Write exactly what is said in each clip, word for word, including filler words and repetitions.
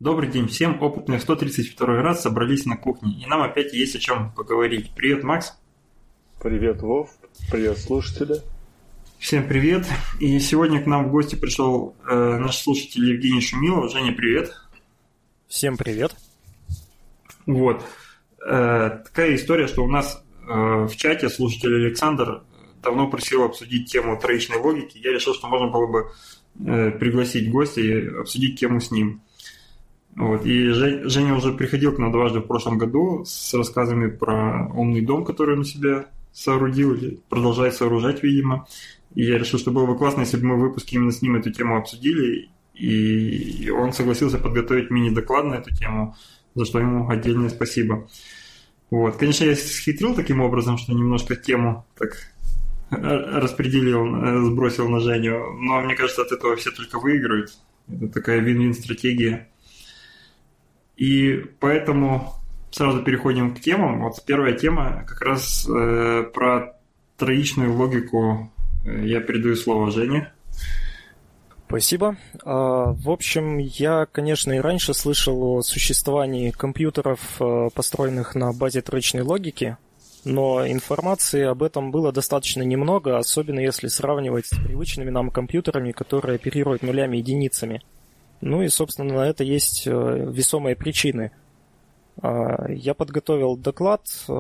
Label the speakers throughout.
Speaker 1: Добрый день всем, опытные в сто тридцать второй раз собрались на кухне, и нам опять есть о чем поговорить. Привет, Макс.
Speaker 2: Привет, Вов. Привет, слушатели.
Speaker 1: Всем привет. И сегодня к нам в гости пришел э, наш слушатель Евгений Шумилов. Женя, привет.
Speaker 3: Всем привет.
Speaker 1: Вот. Э, такая история, что у нас э, в чате слушатель Александр давно просил обсудить тему троичной логики. Я решил, что можно было бы э, пригласить гостя и обсудить тему с ним. Вот. И Женя уже приходил к нам дважды в прошлом году с рассказами про умный дом, который он у себя соорудил или продолжает сооружать, видимо. И я решил, что было бы классно, если бы мы в выпуске именно с ним эту тему обсудили. И он согласился подготовить мини-доклад на эту тему, за что ему отдельное спасибо. Вот. Конечно, я схитрил таким образом, что немножко тему так распределил, сбросил на Женю. Но мне кажется, от этого все только выиграют. Это такая вин-вин стратегия. И поэтому сразу переходим к темам. Вот первая тема как раз э, про троичную логику. Я передаю слово Жене.
Speaker 3: Спасибо. В общем, я, конечно, и раньше слышал о существовании компьютеров, построенных на базе троичной логики, но информации об этом было достаточно немного, особенно если сравнивать с привычными нам компьютерами, которые оперируют нулями и единицами. Ну и, собственно, на это есть весомые причины. Я подготовил доклад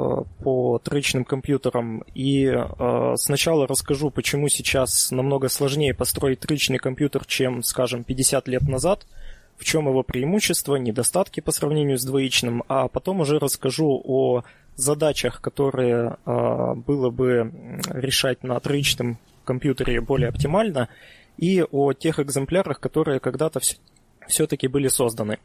Speaker 3: по троичным компьютерам и сначала расскажу, почему сейчас намного сложнее построить троичный компьютер, чем, скажем, пятьдесят лет назад, в чем его преимущества, недостатки по сравнению с двоичным, а потом уже расскажу о задачах, которые было бы решать на троичном компьютере более оптимально, и о тех экземплярах, которые когда-то все-таки были созданы.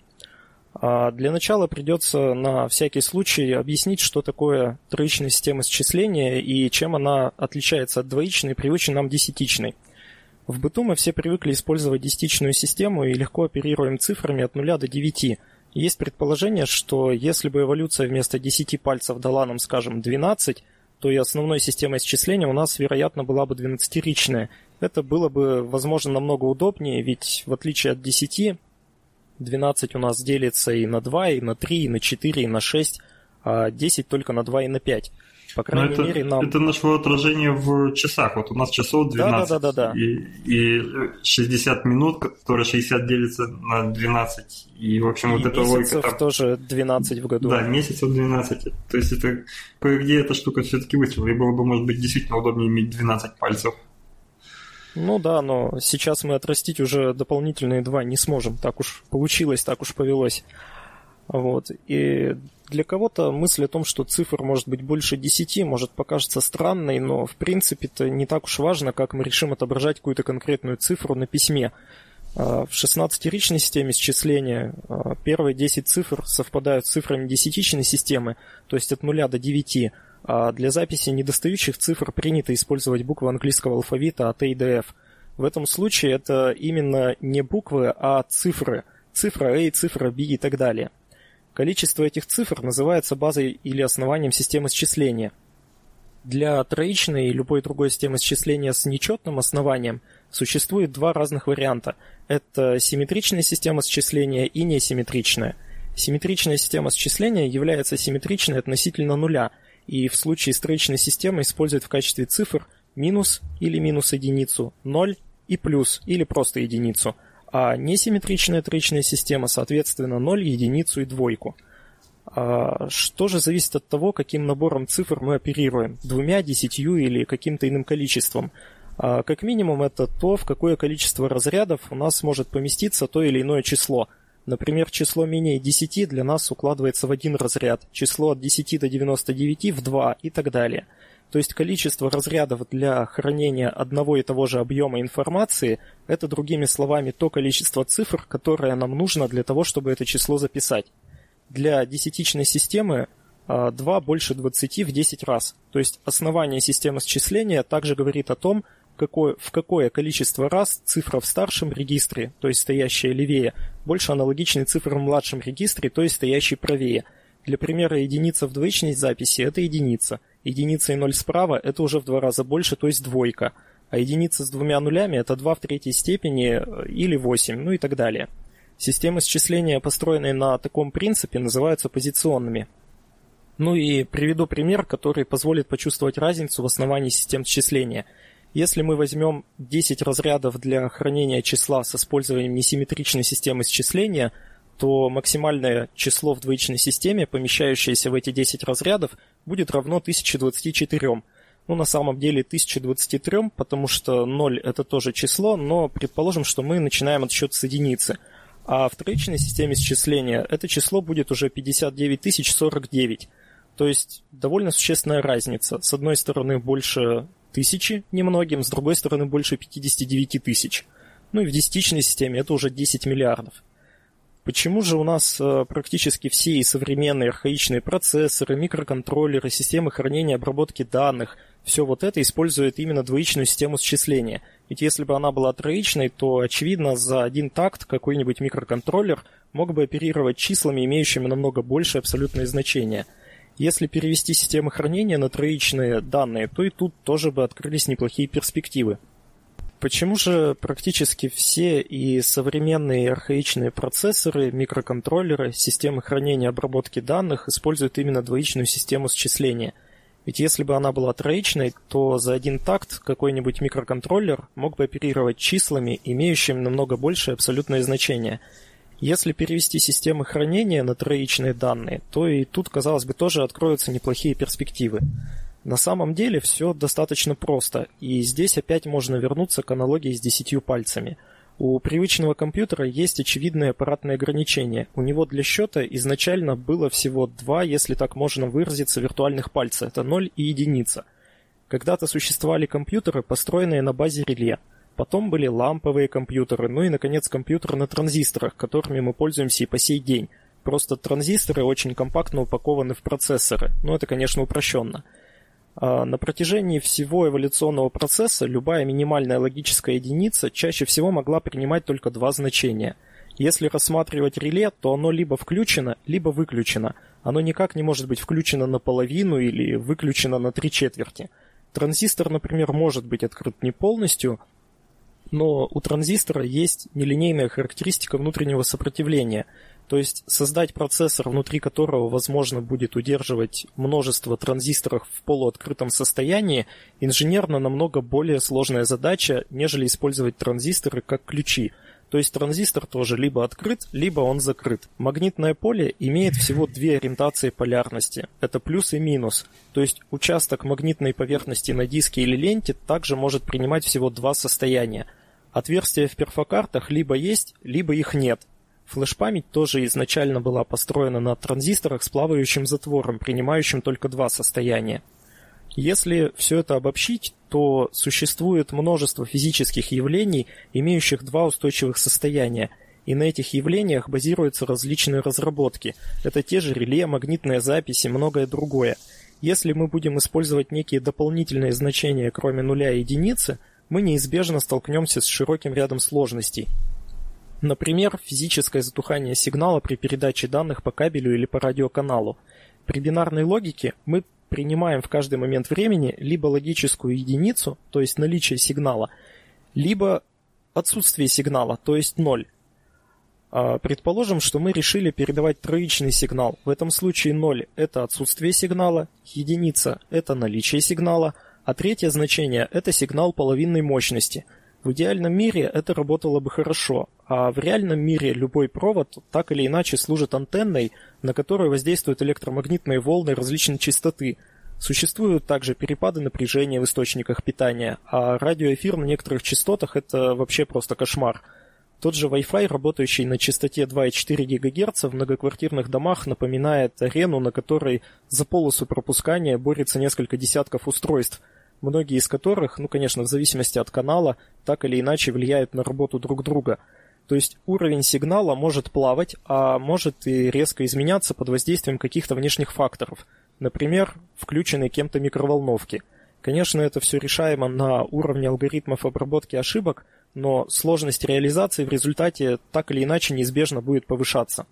Speaker 3: Для начала придется на всякий случай объяснить, что такое троичная система счисления и чем она отличается от двоичной, привычной нам десятичной. В быту мы все привыкли использовать десятичную систему и легко оперируем цифрами от нуля до девяти. Есть предположение, что если бы эволюция вместо десяти пальцев дала нам, скажем, двенадцать, то и основной системой счисления у нас, вероятно, была бы двенадцатиричная. Это было бы, возможно, намного удобнее, ведь в отличие от десяти, двенадцать у нас делится и на два, и на три, и на четыре, и на шесть, а десять только на два и на пять. По крайней
Speaker 1: это,
Speaker 3: мере, нам...
Speaker 1: Это нашло отражение в часах. Вот у нас часов двенадцать,
Speaker 3: да, да, да, да, да.
Speaker 1: И, и шестьдесят минут, которые шестьдесят делится на двенадцать. И, в общем,
Speaker 3: и
Speaker 1: вот эта логика там...
Speaker 3: тоже двенадцать в году.
Speaker 1: Да, месяцев двенадцать. То есть это кое-где эта штука все-таки выстрела. И было бы, может быть, действительно удобнее иметь двенадцать пальцев.
Speaker 3: Ну да, но сейчас мы отрастить уже дополнительные два не сможем. Так уж получилось, так уж повелось. Вот. И для кого-то мысль о том, что цифр может быть больше десяти, может покажется странной, но в принципе-то не так уж важно, как мы решим отображать какую-то конкретную цифру на письме. В шестнадцатиричной системе счисления первые десять цифр совпадают с цифрами десятичной системы, то есть от нуля до девяти. А для записи недостающих цифр принято использовать буквы английского алфавита от A до F. В этом случае это именно не буквы, а цифры. Цифра A, цифра B и так далее. Количество этих цифр называется базой или основанием системы счисления. Для троичной и любой другой системы счисления с нечетным основанием существует два разных варианта. Это симметричная система счисления и несимметричная. Симметричная система счисления является симметричной относительно нуля, и в случае с троичной системой использует в качестве цифр минус или минус единицу, ноль и плюс или просто единицу, а несимметричная троичная система, соответственно, ноль, единицу и двойку. А что же зависит от того, каким набором цифр мы оперируем, двумя, десятью или каким-то иным количеством? А как минимум это то, в какое количество разрядов у нас может поместиться то или иное число. Например, число менее десяти для нас укладывается в один разряд, число от десяти до девяноста девяти в два и так далее. То есть количество разрядов для хранения одного и того же объема информации – это, другими словами, то количество цифр, которое нам нужно для того, чтобы это число записать. Для десятичной системы два больше двадцати в десять раз. То есть основание системы счисления также говорит о том, какое, в какое количество раз цифра в старшем регистре, то есть стоящая левее, больше аналогичной цифры в младшем регистре, то есть стоящей правее. Для примера, единица в двоичной записи – это единица. Единица и ноль справа – это уже в два раза больше, то есть двойка. А единица с двумя нулями – это два в третьей степени или восемь, ну и так далее. Системы счисления, построенные на таком принципе, называются позиционными. Ну и приведу пример, который позволит почувствовать разницу в основании систем счисления. Если мы возьмем десять разрядов для хранения числа с использованием несимметричной системы счисления, то максимальное число в двоичной системе, помещающееся в эти десять разрядов, будет равно тысяче двадцати четырем. Ну, на самом деле тысяча двадцати трём, потому что ноль это тоже число, но предположим, что мы начинаем отсчет с единицы. А в троичной системе счисления это число будет уже пятьдесят девять тысяч сорок девять. То есть довольно существенная разница. С одной стороны больше тысячи немногим, с другой стороны больше пятьдесят девять тысяч. Ну и в десятичной системе это уже десять миллиардов. Почему же у нас э, практически все и современные архаичные процессоры, микроконтроллеры, системы хранения и обработки данных, все вот это использует именно двоичную систему счисления? Ведь если бы она была троичной, то, очевидно, за один такт какой-нибудь микроконтроллер мог бы оперировать числами, имеющими намного большее абсолютное значение. Если перевести системы хранения на троичные данные, то и тут тоже бы открылись неплохие перспективы. Почему же практически все и современные архаичные процессоры, микроконтроллеры, системы хранения и обработки данных используют именно двоичную систему счисления? Ведь если бы она была троичной, то за один такт какой-нибудь микроконтроллер мог бы оперировать числами, имеющими намного большее абсолютное значение. Если перевести системы хранения на троичные данные, то и тут, казалось бы, тоже откроются неплохие перспективы. На самом деле все достаточно просто, и здесь опять можно вернуться к аналогии с десятью пальцами. У привычного компьютера есть очевидные аппаратные ограничения. У него для счета изначально было всего два, если так можно выразиться, виртуальных пальца. Это ноль и единица. Когда-то существовали компьютеры, построенные на базе реле. Потом были ламповые компьютеры, ну и, наконец, компьютеры на транзисторах, которыми мы пользуемся и по сей день. Просто транзисторы очень компактно упакованы в процессоры. Но это, конечно, упрощенно. На протяжении всего эволюционного процесса любая минимальная логическая единица чаще всего могла принимать только два значения. Если рассматривать реле, то оно либо включено, либо выключено. Оно никак не может быть включено наполовину или выключено на три четверти. Транзистор, например, может быть открыт не полностью, но у транзистора есть нелинейная характеристика внутреннего сопротивления. То есть создать процессор, внутри которого возможно будет удерживать множество транзисторов в полуоткрытом состоянии, инженерно намного более сложная задача, нежели использовать транзисторы как ключи. То есть транзистор тоже либо открыт, либо он закрыт. Магнитное поле имеет всего две ориентации полярности. Это плюс и минус. То есть участок магнитной поверхности на диске или ленте также может принимать всего два состояния. Отверстия в перфокартах либо есть, либо их нет. Флеш-память тоже изначально была построена на транзисторах с плавающим затвором, принимающим только два состояния. Если все это обобщить, то существует множество физических явлений, имеющих два устойчивых состояния, и на этих явлениях базируются различные разработки. Это те же реле, магнитная запись и многое другое. Если мы будем использовать некие дополнительные значения, кроме нуля и единицы, мы неизбежно столкнемся с широким рядом сложностей. Например, физическое затухание сигнала при передаче данных по кабелю или по радиоканалу. При бинарной логике мы принимаем в каждый момент времени либо логическую единицу, то есть наличие сигнала, либо отсутствие сигнала, то есть ноль. Предположим, что мы решили передавать троичный сигнал. В этом случае ноль – это отсутствие сигнала, единица – это наличие сигнала, а третье значение – это сигнал половинной мощности. В идеальном мире это работало бы хорошо, а в реальном мире любой провод так или иначе служит антенной, на которую воздействуют электромагнитные волны различной частоты. Существуют также перепады напряжения в источниках питания, а радиоэфир на некоторых частотах – это вообще просто кошмар. Тот же Wi-Fi, работающий на частоте два и четыре гигагерца, в многоквартирных домах напоминает арену, на которой за полосу пропускания борется несколько десятков устройств, многие из которых, ну, конечно, в зависимости от канала, так или иначе влияют на работу друг друга. То есть уровень сигнала может плавать, а может и резко изменяться под воздействием каких-то внешних факторов. Например, включенной кем-то микроволновки. Конечно, это все решаемо на уровне алгоритмов обработки ошибок, но сложность реализации в результате так или иначе неизбежно будет повышаться.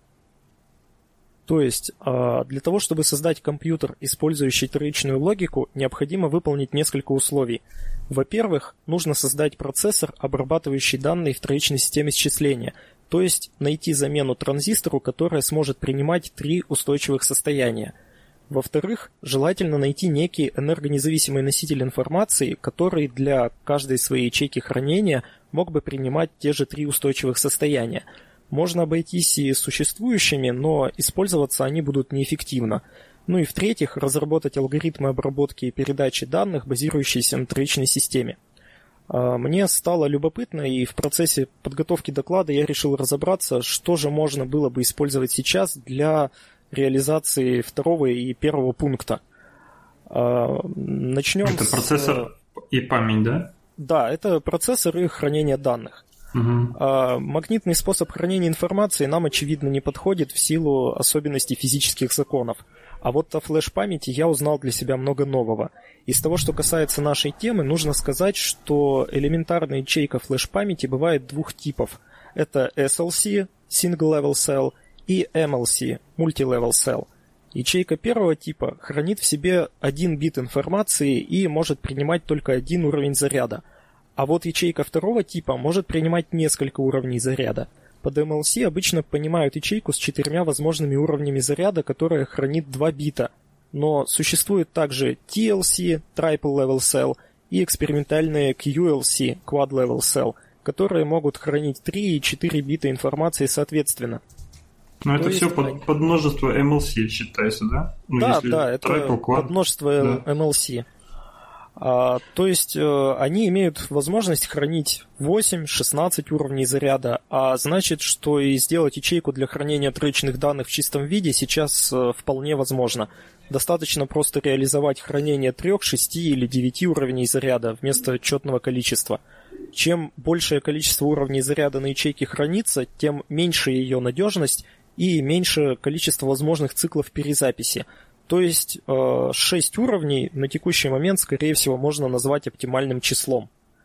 Speaker 3: То есть, для того, чтобы создать компьютер, использующий троичную логику, необходимо выполнить несколько условий. Во-первых, нужно создать процессор, обрабатывающий данные в троичной системе счисления. то есть найти замену транзистору, которая сможет принимать три устойчивых состояния. Во-вторых, желательно найти некий энергонезависимый носитель информации, который для каждой своей ячейки хранения мог бы принимать те же три устойчивых состояния. Можно обойтись и существующими, но использоваться они будут неэффективно. Ну и в-третьих, разработать алгоритмы обработки и передачи данных, базирующиеся на троичной системе. Мне стало любопытно, и в процессе подготовки доклада я решил разобраться, что же можно было бы использовать сейчас для реализации второго и первого пункта. Начнем
Speaker 1: это с... процессор и память, да?
Speaker 3: Да, это процессор и хранение данных.
Speaker 1: Угу.
Speaker 3: Магнитный способ хранения информации нам, очевидно, не подходит в силу особенностей физических законов. А вот о флеш-памяти я узнал для себя много нового. Из того, что касается нашей темы, нужно сказать, что элементарная ячейка флеш-памяти бывает двух типов. Это эс эл си, Single Level Cell, и эм эл си, Multi-Level Cell. Ячейка первого типа хранит в себе один бит информации и может принимать только один уровень заряда. А вот ячейка второго типа может принимать несколько уровней заряда. Под эм эл си обычно понимают ячейку с четырьмя возможными уровнями заряда, которая хранит два бита. Но существует также ти эл си, Triple Level Cell, и экспериментальные кью эл си, Quad Level Cell, которые могут хранить три и четыре бита информации соответственно.
Speaker 1: Но это
Speaker 3: есть...
Speaker 1: все под, под множество эм эл си считается, да? Ну,
Speaker 3: да, да, это
Speaker 1: Triple, Quad,
Speaker 3: под множество да. эм эл си. А, то есть э, они имеют возможность хранить восемь-шестнадцать уровней заряда, а значит, что и сделать ячейку для хранения троичных данных в чистом виде сейчас э, вполне возможно. Достаточно просто реализовать хранение трех, шести или девяти уровней заряда вместо четного количества. Чем большее количество уровней заряда на ячейке хранится, тем меньше ее надежность и меньше количество возможных циклов перезаписи. То есть шесть уровней на текущий момент, скорее всего, можно назвать оптимальным числом.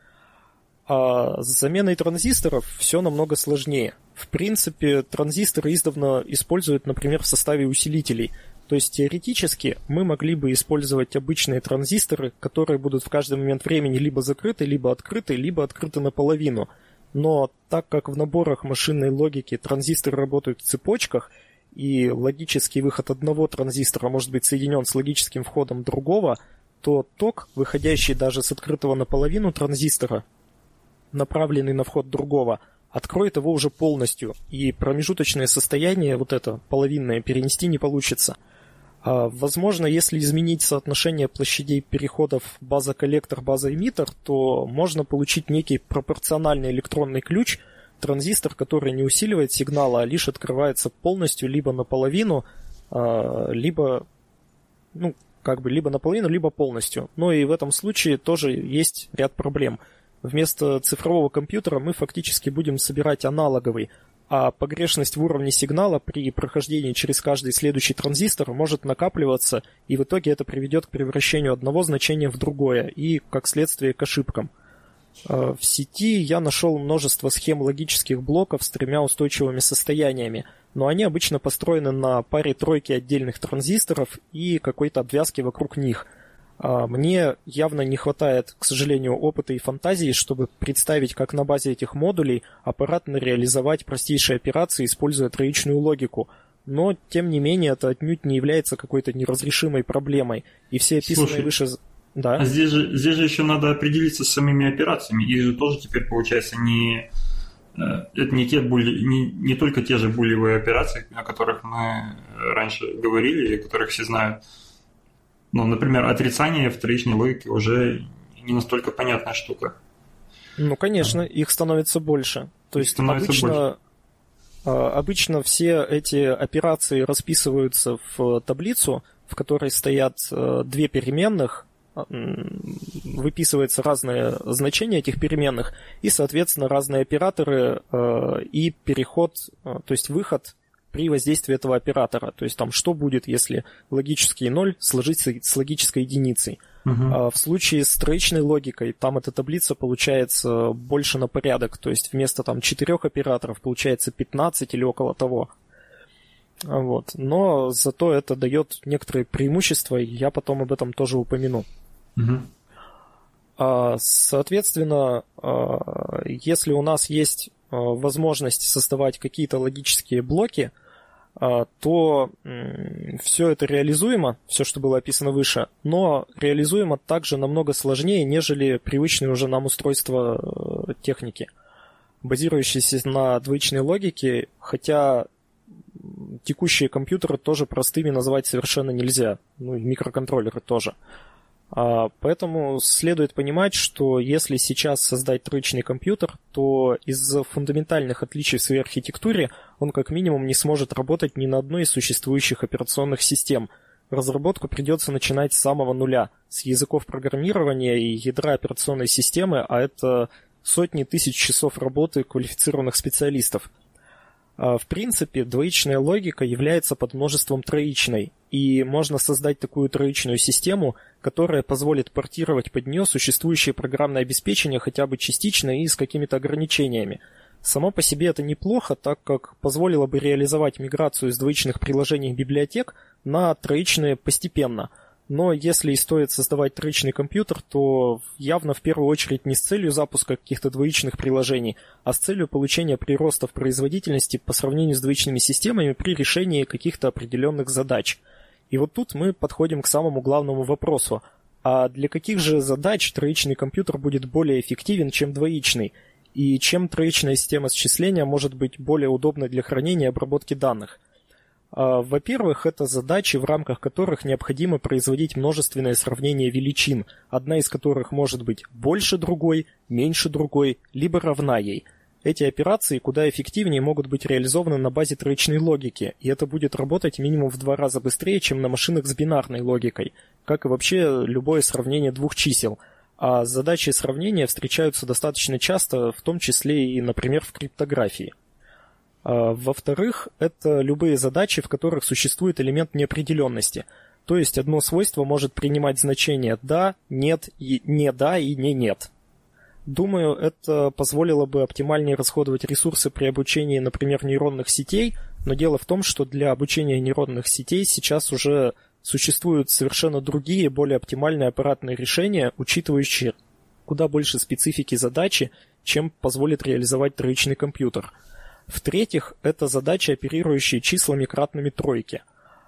Speaker 3: А с заменой транзисторов все намного сложнее. В принципе, транзисторы издавна используют, например, в составе усилителей. То есть теоретически мы могли бы использовать обычные транзисторы, которые будут в каждый момент времени либо закрыты, либо открыты, либо открыты наполовину. Но так как в наборах машинной логики транзисторы работают в цепочках, и логический выход одного транзистора может быть соединен с логическим входом другого, то ток, выходящий даже с открытого наполовину транзистора, направленный на вход другого, откроет его уже полностью, и промежуточное состояние, вот это половинное, перенести не получится. А, возможно, если изменить соотношение площадей переходов база-коллектор, база-эмиттер, то можно получить некий пропорциональный электронный ключ, транзистор, который не усиливает сигнал, а лишь открывается полностью либо наполовину, либо, ну, как бы, либо наполовину, либо полностью. Но и в этом случае тоже есть ряд проблем. Вместо цифрового компьютера мы фактически будем собирать аналоговый, а погрешность в уровне сигнала при прохождении через каждый следующий транзистор может накапливаться, и в итоге это приведет к превращению одного значения в другое и, как следствие, к ошибкам. В сети я нашел множество схем логических блоков с тремя устойчивыми состояниями, но они обычно построены на паре тройки отдельных транзисторов и какой-то обвязки вокруг них. Мне явно не хватает, к сожалению, опыта и фантазии, чтобы представить, как на базе этих модулей аппаратно реализовать простейшие операции, используя троичную логику. Но, тем не менее, это отнюдь не является какой-то неразрешимой проблемой. И все описанные
Speaker 1: Слушай,
Speaker 3: выше... Да.
Speaker 1: А здесь же, здесь же еще надо определиться с самими операциями. Их же тоже теперь получается не, это не, те були, не, не только те же булевые операции, о которых мы раньше говорили и о которых все знают. Ну, например, отрицание в вторичной логике уже не настолько понятная штука.
Speaker 3: Ну, конечно, их становится больше. То
Speaker 1: их
Speaker 3: есть обычно, больше. обычно все эти операции расписываются в таблицу, в которой стоят две переменных, выписывается разное значение этих переменных и, соответственно, разные операторы э, и переход, э, то есть выход при воздействии этого оператора. То есть там что будет, если логический ноль сложится с логической единицей. Uh-huh. А в случае с троичной логикой там эта таблица получается больше на порядок. То есть вместо там четырех операторов получается пятнадцать или около того. Вот. Но зато это дает некоторые преимущества, и я потом об этом тоже упомяну. Угу. Соответственно, если у нас есть возможность создавать какие-то логические блоки, то все это реализуемо, все, что было описано выше, но реализуемо также намного сложнее, нежели привычные уже нам устройства техники, базирующиеся на двоичной логике, хотя текущие компьютеры тоже простыми назвать совершенно нельзя, ну и микроконтроллеры тоже. Поэтому следует понимать, что если сейчас создать троичный компьютер, то из-за фундаментальных отличий в своей архитектуре он как минимум не сможет работать ни на одной из существующих операционных систем. Разработку придется начинать с самого нуля, с языков программирования и ядра операционной системы, а это сотни тысяч часов работы квалифицированных специалистов. В принципе, двоичная логика является подмножеством троичной, и можно создать такую троичную систему, которая позволит портировать под нее существующее программное обеспечение хотя бы частично и с какими-то ограничениями. Само по себе это неплохо, так как позволило бы реализовать миграцию из двоичных приложений библиотек на троичные постепенно. Но если и стоит создавать троичный компьютер, то явно в первую очередь не с целью запуска каких-то двоичных приложений, а с целью получения прироста в производительности по сравнению с двоичными системами при решении каких-то определенных задач. И вот тут мы подходим к самому главному вопросу. А для каких же задач троичный компьютер будет более эффективен, чем двоичный? И чем троичная система счисления может быть более удобной для хранения и обработки данных? Во-первых, это задачи, в рамках которых необходимо производить множественное сравнение величин, одна из которых может быть больше другой, меньше другой, либо равна ей. Эти операции куда эффективнее могут быть реализованы на базе троичной логики, и это будет работать минимум в два раза быстрее, чем на машинах с бинарной логикой, как и вообще любое сравнение двух чисел. А задачи сравнения встречаются достаточно часто, в том числе и, например, в криптографии. Во-вторых, это любые задачи, в которых существует элемент неопределенности. То есть одно свойство может принимать значение «да», «нет», и «не да» и «не нет». Думаю, это позволило бы оптимальнее расходовать ресурсы при обучении, например, нейронных сетей, но дело в том, что для обучения нейронных сетей сейчас уже существуют совершенно другие, более оптимальные аппаратные решения, учитывающие куда больше специфики задачи, чем позволит реализовать троичный компьютер. В-третьих, это задачи, оперирующие числами кратными тройки.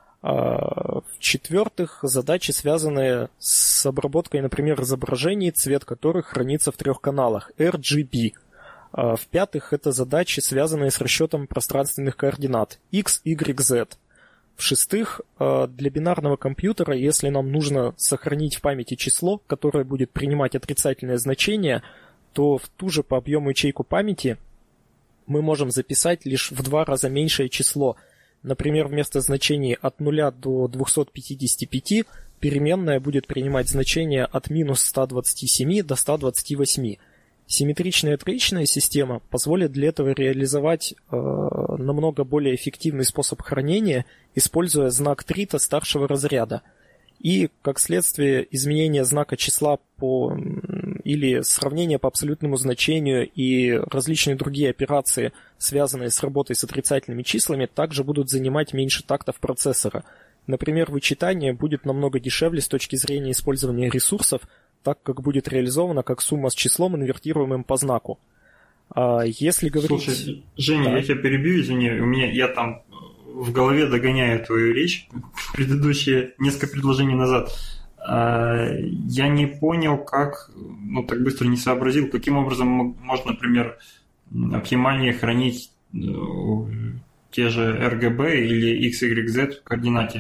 Speaker 3: В-четвертых, задачи, связанные с обработкой, например, изображений, цвет которых хранится в трех каналах эр джи би. В-пятых, это задачи, связанные с расчетом пространственных координат x, y, z. В-шестых, для бинарного компьютера, если нам нужно сохранить в памяти число, которое будет принимать отрицательное значение, то в ту же по объему ячейку памяти мы можем записать лишь в два раза меньшее число. Например, вместо значений от нуля до двухсот пятидесяти пяти переменная будет принимать значение от минус ста двадцати семи до ста двадцати восьми. Симметричная троичная система позволит для этого реализовать э, намного более эффективный способ хранения, используя знак трита старшего разряда. И, как следствие, изменение знака числа по, или сравнение по абсолютному значению и различные другие операции, связанные с работой с отрицательными числами, также будут занимать меньше тактов процессора. Например, вычитание будет намного дешевле с точки зрения использования ресурсов, так как будет реализовано как сумма с числом, инвертируемым по знаку. А если говорить...
Speaker 1: Слушай, Женя,
Speaker 3: да.
Speaker 1: я тебя перебью, извини, у меня я там в голове догоняю твою речь, предыдущие несколько предложений назад. Я не понял, как, ну так быстро не сообразил, каким образом можно, например, оптимальнее хранить те же эр джи би или икс, игрек, зет в координате.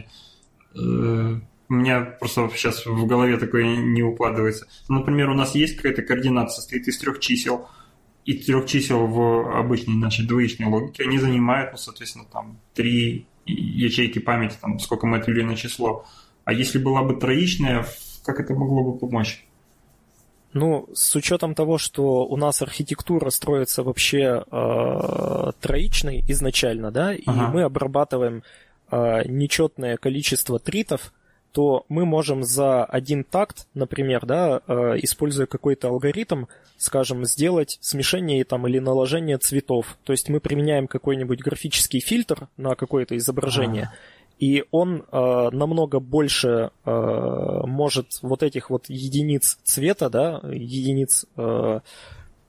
Speaker 1: У меня просто сейчас в голове такое не укладывается. Например, у нас есть какая-то координата, состоит из трех чисел, и трех чисел в обычной нашей двоичной логике, они занимают, ну, соответственно, там три ячейки памяти, там, сколько мы отвели на число. А если была бы троичная, как это могло бы помочь?
Speaker 3: Ну, с учетом того, что у нас архитектура строится вообще э, троичной изначально, да, и ага. мы обрабатываем э, нечетное количество тритов, то мы можем за один такт, например, да, э, используя какой-то алгоритм, скажем, сделать смешение там, или наложение цветов. То есть мы применяем какой-нибудь графический фильтр на какое-то изображение, а. и он э, намного больше э, может вот этих вот единиц цвета, да, единиц э,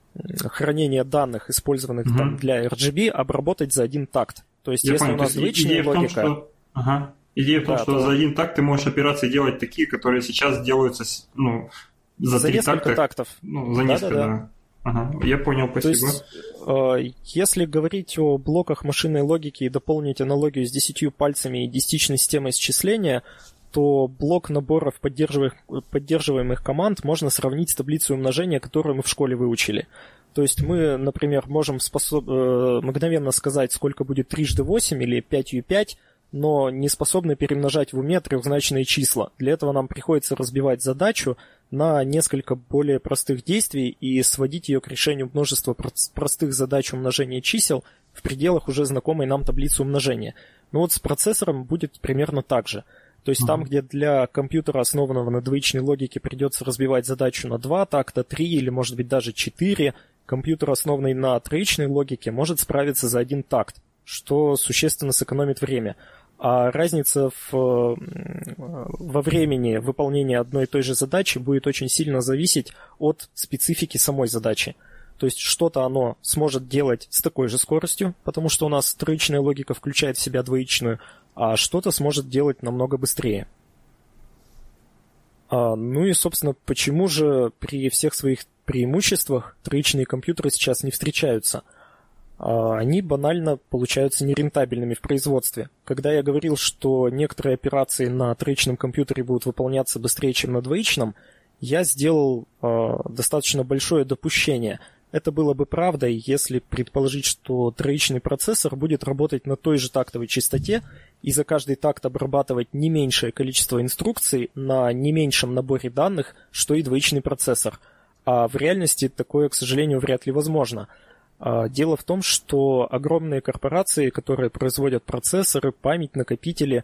Speaker 3: хранения данных, использованных угу. там для эр джи би, обработать за один такт. То есть,
Speaker 1: Я
Speaker 3: если
Speaker 1: понял.
Speaker 3: у нас двоичная логика...
Speaker 1: В том, что... ага. Идея в том, да, что то... за один такт ты можешь операции делать такие, которые сейчас делаются ну, за,
Speaker 3: за
Speaker 1: три
Speaker 3: несколько
Speaker 1: такта.
Speaker 3: тактов.
Speaker 1: Ну, за несколько, да. да. Ага. Я понял, спасибо.
Speaker 3: То есть, э, если говорить о блоках машинной логики и дополнить аналогию с десятью пальцами и десятичной системой счисления, то блок наборов поддерживаемых, поддерживаемых команд можно сравнить с таблицей умножения, которую мы в школе выучили. То есть мы, например, можем способ... э, мгновенно сказать, сколько будет трижды восемь или пять ю пять, но не способны перемножать в уме трехзначные числа. Для этого нам приходится разбивать задачу на несколько более простых действий и сводить ее к решению множества простых задач умножения чисел в пределах уже знакомой нам таблицы умножения. Но вот с процессором будет примерно так же. То есть mm-hmm. там, где для компьютера, основанного на двоичной логике, придется разбивать задачу на два такта, три или, может быть, даже четыре, компьютер, основанный на троичной логике, может справиться за один такт, что существенно сэкономит время. А разница в, во времени выполнения одной и той же задачи будет очень сильно зависеть от специфики самой задачи. То есть что-то оно сможет делать с такой же скоростью, потому что у нас троичная логика включает в себя двоичную, а что-то сможет делать намного быстрее. А, ну и, собственно, почему же при всех своих преимуществах троичные компьютеры сейчас не встречаются? Они банально получаются нерентабельными в производстве. Когда я говорил, что некоторые операции на троичном компьютере будут выполняться быстрее, чем на двоичном, я сделал э, достаточно большое допущение. Это было бы правдой, если предположить, что троичный процессор будет работать на той же тактовой частоте и за каждый такт обрабатывать не меньшее количество инструкций на не меньшем наборе данных, что и двоичный процессор. А в реальности такое, к сожалению, вряд ли возможно. Дело в том, что огромные корпорации, которые производят процессоры, память, накопители,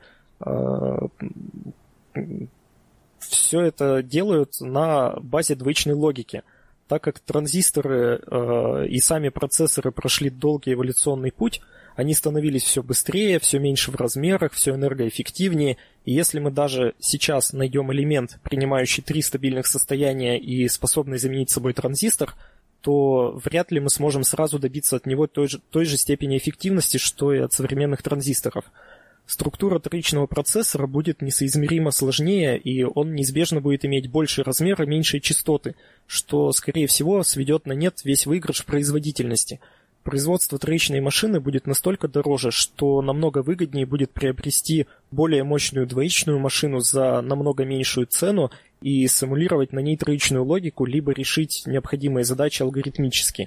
Speaker 3: все это делают на базе двоичной логики. Так как транзисторы и сами процессоры прошли долгий эволюционный путь, они становились все быстрее, все меньше в размерах, все энергоэффективнее. И если мы даже сейчас найдем элемент, принимающий три стабильных состояния и способный заменить собой транзистор, то вряд ли мы сможем сразу добиться от него той же, той же степени эффективности, что и от современных транзисторов. Структура троичного процессора будет несоизмеримо сложнее, и он неизбежно будет иметь больший размер и меньшие частоты, что, скорее всего, сведет на нет весь выигрыш в производительности. Производство троичной машины будет настолько дороже, что намного выгоднее будет приобрести более мощную двоичную машину за намного меньшую цену и симулировать на ней троичную логику, либо решить необходимые задачи алгоритмически.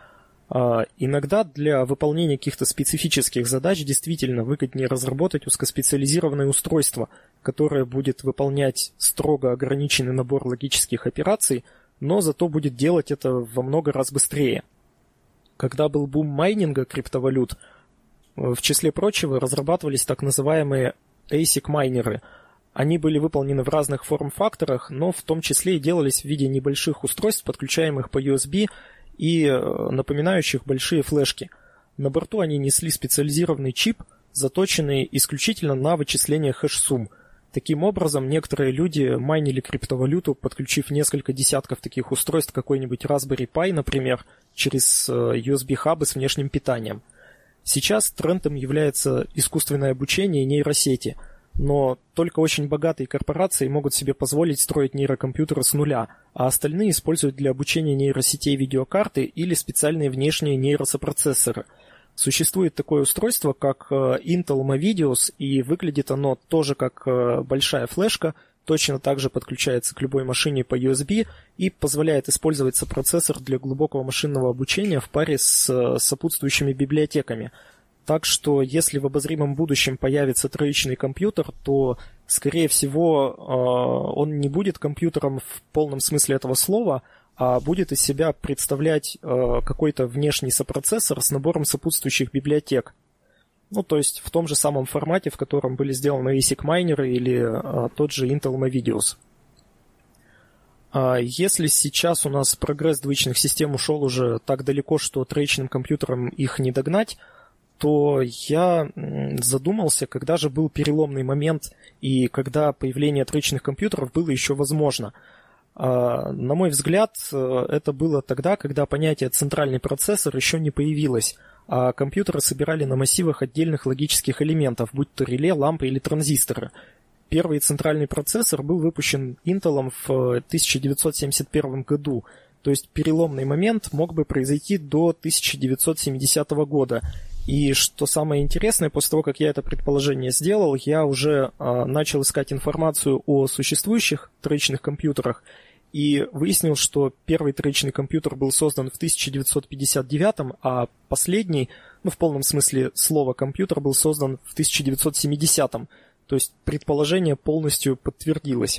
Speaker 3: А, иногда для выполнения каких-то специфических задач действительно выгоднее разработать узкоспециализированное устройство, которое будет выполнять строго ограниченный набор логических операций, но зато будет делать это во много раз быстрее. Когда был бум майнинга криптовалют, в числе прочего разрабатывались так называемые эйсик-майнеры. Они были выполнены в разных форм-факторах, но в том числе и делались в виде небольших устройств, подключаемых по ю эс би и напоминающих большие флешки. На борту они несли специализированный чип, заточенный исключительно на вычисление хэш-сумм. Таким образом, некоторые люди майнили криптовалюту, подключив несколько десятков таких устройств, какой-нибудь Raspberry Pi, например, через ю эс би-хабы с внешним питанием. Сейчас трендом является искусственное обучение и нейросети, но только очень богатые корпорации могут себе позволить строить нейрокомпьютеры с нуля, а остальные используют для обучения нейросетей видеокарты или специальные внешние нейросопроцессоры. Существует такое устройство, как Intel Movidius, и выглядит оно тоже как большая флешка, точно так же подключается к любой машине по ю эс би и позволяет использовать сопроцессор для глубокого машинного обучения в паре с сопутствующими библиотеками. Так что, если в обозримом будущем появится троичный компьютер, то, скорее всего, он не будет компьютером в полном смысле этого слова, а будет из себя представлять какой-то внешний сопроцессор с набором сопутствующих библиотек. Ну, то есть в том же самом формате, в котором были сделаны эйсик-майнеры или тот же Intel Movidius. Если сейчас у нас прогресс двоичных систем ушел уже так далеко, что троичным компьютерам их не догнать, то я задумался, когда же был переломный момент и когда появление троичных компьютеров было еще возможно. На мой взгляд, это было тогда, когда понятие «центральный процессор» еще не появилось, а компьютеры собирали на массивах отдельных логических элементов, будь то реле, лампы или транзисторы. Первый центральный процессор был выпущен Intel в тысяча девятьсот семьдесят первом году, то есть переломный момент мог бы произойти до тысяча девятьсот семидесятого года. И что самое интересное, после того, как я это предположение сделал, я уже э, начал искать информацию о существующих троичных компьютерах и выяснил, что первый троичный компьютер был создан в тысяча девятьсот пятьдесят девятом, а последний, ну в полном смысле слова компьютер, был создан в тысяча девятьсот семидесятом. То есть предположение полностью подтвердилось.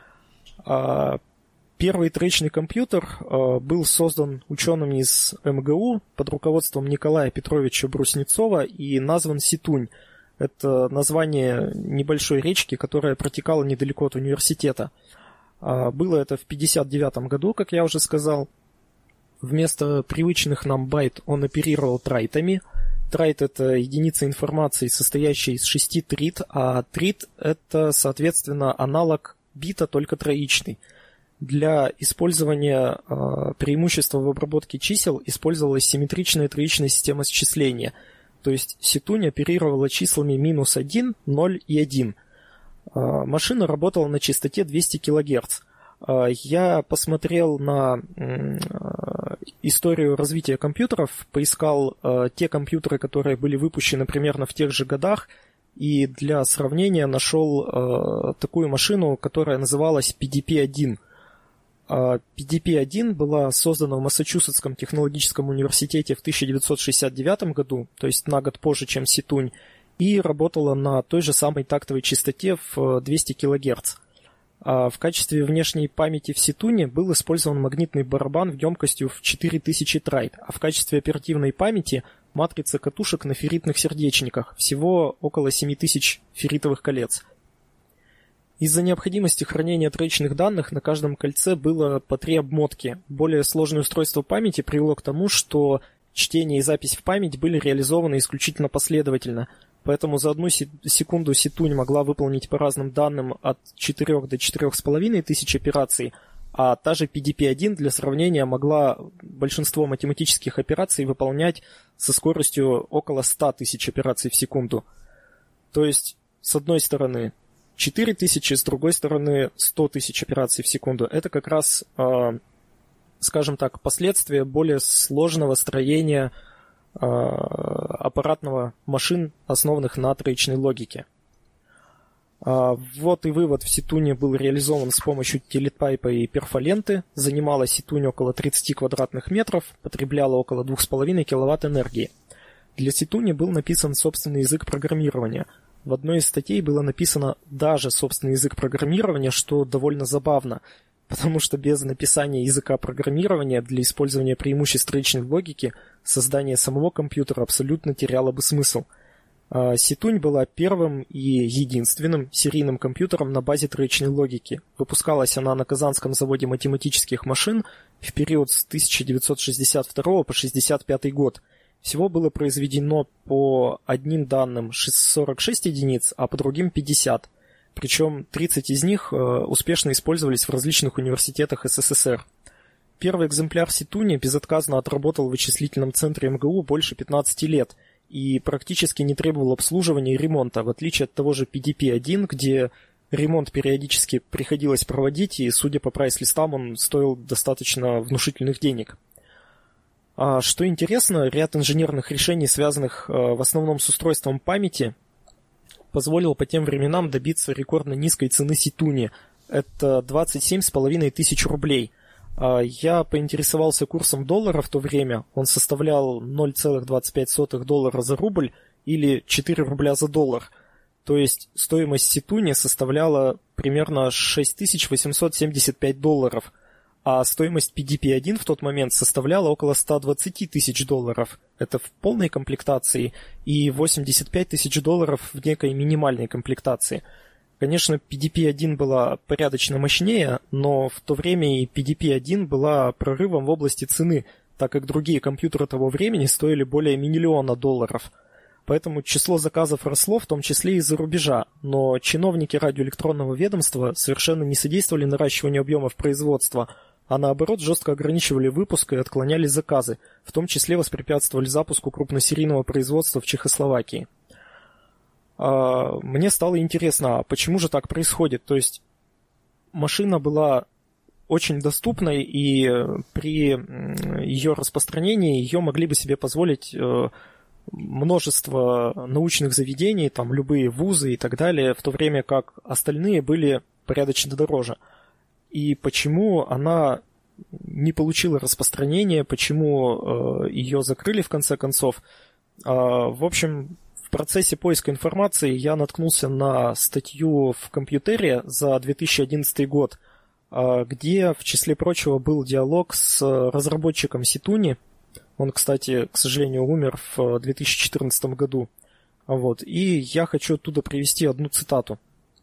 Speaker 3: Первый троичный компьютер был создан учеными из эм гэ у под руководством Николая Петровича Бруснецова и назван Ситунь. Это название небольшой речки, которая протекала недалеко от университета. Было это в пятьдесят девятом году, как я уже сказал. Вместо привычных нам байт он оперировал трайтами. Трайт — это единица информации, состоящая из шести трит, а трит — это, соответственно, аналог бита, только троичный. Для использования э, преимущества в обработке чисел использовалась симметричная троичная система счисления. То есть Ситунь оперировала числами минус один, ноль и один. Э, машина работала на частоте двести килогерц. Э, я посмотрел на э, историю развития компьютеров, поискал э, те компьютеры, которые были выпущены примерно в тех же годах, и для сравнения нашел э, такую машину, которая называлась пи ди пи один. пи ди пи один была создана в Массачусетском технологическом университете в тысяча девятьсот шестьдесят девятом году, то есть на год позже, чем Ситунь, и работала на той же самой тактовой частоте в двести килогерц. В качестве внешней памяти в Ситуне был использован магнитный барабан емкостью в четыре тысячи трайт, а в качестве оперативной памяти матрица катушек на ферритных сердечниках, всего около семь тысяч ферритовых колец. Из-за необходимости хранения троичных данных на каждом кольце было по три обмотки. Более сложное устройство памяти привело к тому, что чтение и запись в память были реализованы исключительно последовательно. Поэтому за одну секунду Ситунь могла выполнить по разным данным от четырёх до четырёх с половиной тысяч операций, а та же пи ди пи один для сравнения могла большинство математических операций выполнять со скоростью около ста тысяч операций в секунду. То есть, с одной стороны, четыре тысячи, с другой стороны, сто тысяч операций в секунду. Это как раз, э, скажем так, последствия более сложного строения э, аппаратного машин, основанных на троичной логике. Э, вот и вывод в Ситуне был реализован с помощью телетайпа и перфоленты. Занимала Ситунь около тридцати квадратных метров, потребляла около двух с половиной киловатт энергии. Для Ситуни был написан собственный язык программирования. В одной из статей было написано даже собственный язык программирования, что довольно забавно, потому что без написания языка программирования для использования преимуществ троичной логики создание самого компьютера абсолютно теряло бы смысл. Ситунь была первым и единственным серийным компьютером на базе троичной логики. Выпускалась она на Казанском заводе математических машин в период с тысяча девятьсот шестьдесят второго по шестьдесят пятый год. Всего было произведено по одним данным сорок шесть единиц, а по другим пятьдесят. Причем тридцать из них успешно использовались в различных университетах эс эс эс эр. Первый экземпляр Ситуни безотказно отработал в вычислительном центре эм гэ у больше пятнадцати лет и практически не требовал обслуживания и ремонта, в отличие от того же пи ди пи один, где ремонт периодически приходилось проводить, и, судя по прайс-листам, он стоил достаточно внушительных денег. А что интересно, ряд инженерных решений, связанных в основном с устройством памяти, позволил по тем временам добиться рекордно низкой цены Ситуни. Это двадцать семь с половиной тысяч рублей. Я поинтересовался курсом доллара в то время. Он составлял ноль целых двадцать пять сотых доллара за рубль или четыре рубля за доллар. То есть стоимость Ситуни составляла примерно шесть тысяч восемьсот семьдесят пять долларов. А стоимость пи ди пи один в тот момент составляла около ста двадцати тысяч долларов. Это в полной комплектации, и восемьдесят пять тысяч долларов в некой минимальной комплектации. Конечно, пи ди пи один была порядочно мощнее, но в то время и пи ди пи один была прорывом в области цены, так как другие компьютеры того времени стоили более миллиона долларов. Поэтому число заказов росло, в том числе и из-за рубежа. Но чиновники радиоэлектронного ведомства совершенно не содействовали наращиванию объемов производства, а наоборот жестко ограничивали выпуск и отклоняли заказы, в том числе воспрепятствовали запуску крупносерийного производства в Чехословакии. Мне стало интересно, а почему же так происходит? То есть машина была очень доступной, и при ее распространении ее могли бы себе позволить множество научных заведений, там любые вузы и так далее, в то время как остальные были порядочно дороже. И почему она не получила распространения, почему э, ее закрыли в конце концов. Э, в общем, в процессе поиска информации я наткнулся на статью в Компьютере за две тысячи одиннадцатый год, э, где, в числе прочего, был диалог с разработчиком Ситуни. Он, кстати, к сожалению, умер в две тысячи четырнадцатом году. Вот. И я хочу оттуда привести одну цитату.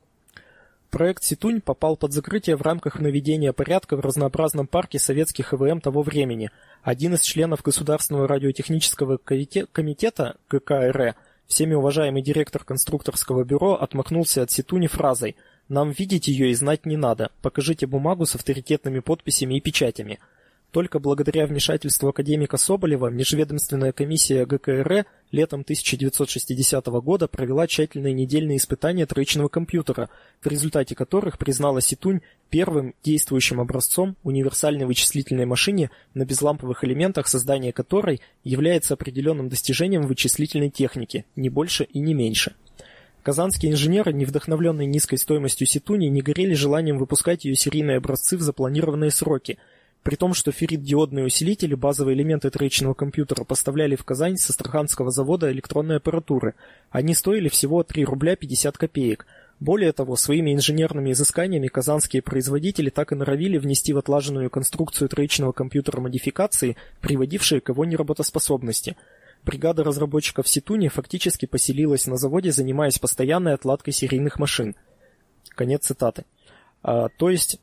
Speaker 3: Проект Ситунь попал под закрытие в рамках наведения порядка в разнообразном парке советских ЭВМ того времени. Один из членов Государственного радиотехнического комитета гэ ка эр э, всеми уважаемый директор конструкторского бюро, отмахнулся от Ситуни фразой: «Нам видеть ее и знать не надо. Покажите бумагу с авторитетными подписями и печатями». Только благодаря вмешательству академика Соболева межведомственная комиссия гэ ка эр э летом тысяча девятьсот шестидесятого года провела тщательные недельные испытания троичного компьютера, в результате которых признала Ситунь первым действующим образцом универсальной вычислительной машине на безламповых элементах, создание которой является определенным достижением вычислительной техники, не больше и не меньше. Казанские инженеры, не вдохновленные низкой стоимостью Ситуни, не горели желанием выпускать ее серийные образцы в запланированные сроки, при том, что феррит-диодные усилители, базовые элементы троичного компьютера, поставляли в Казань с астраханского завода электронной аппаратуры. Они стоили всего три рубля пятьдесят копеек. Более того, своими инженерными изысканиями казанские производители так и норовили внести в отлаженную конструкцию троичного компьютера модификации, приводившие к его неработоспособности. Бригада разработчиков Ситуни фактически поселилась на заводе, занимаясь постоянной отладкой серийных машин. Конец цитаты. А, то есть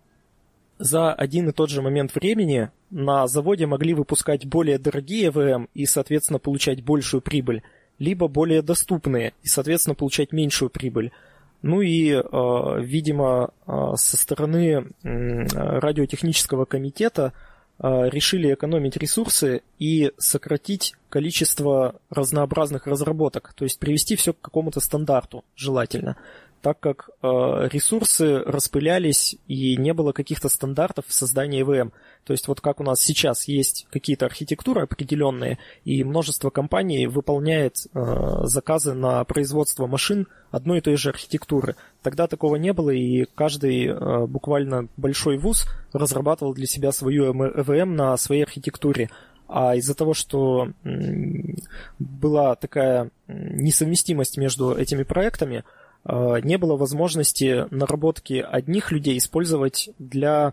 Speaker 3: за один и тот же момент времени на заводе могли выпускать более дорогие ЭВМ и, соответственно, получать большую прибыль, либо более доступные и, соответственно, получать меньшую прибыль. Ну и, э, видимо, э, со стороны э, радиотехнического комитета э, решили экономить ресурсы и сократить количество разнообразных разработок, то есть привести все к какому-то стандарту желательно, так как э, ресурсы распылялись и не было каких-то стандартов в создании ЭВМ. То есть вот как у нас сейчас есть какие-то архитектуры определенные, и множество компаний выполняет э, заказы на производство машин одной и той же архитектуры. Тогда такого не было, и каждый э, буквально большой вуз разрабатывал для себя свою ЭВМ на своей архитектуре. А из-за того, что м, была такая несовместимость между этими проектами, не было возможности наработки одних людей использовать для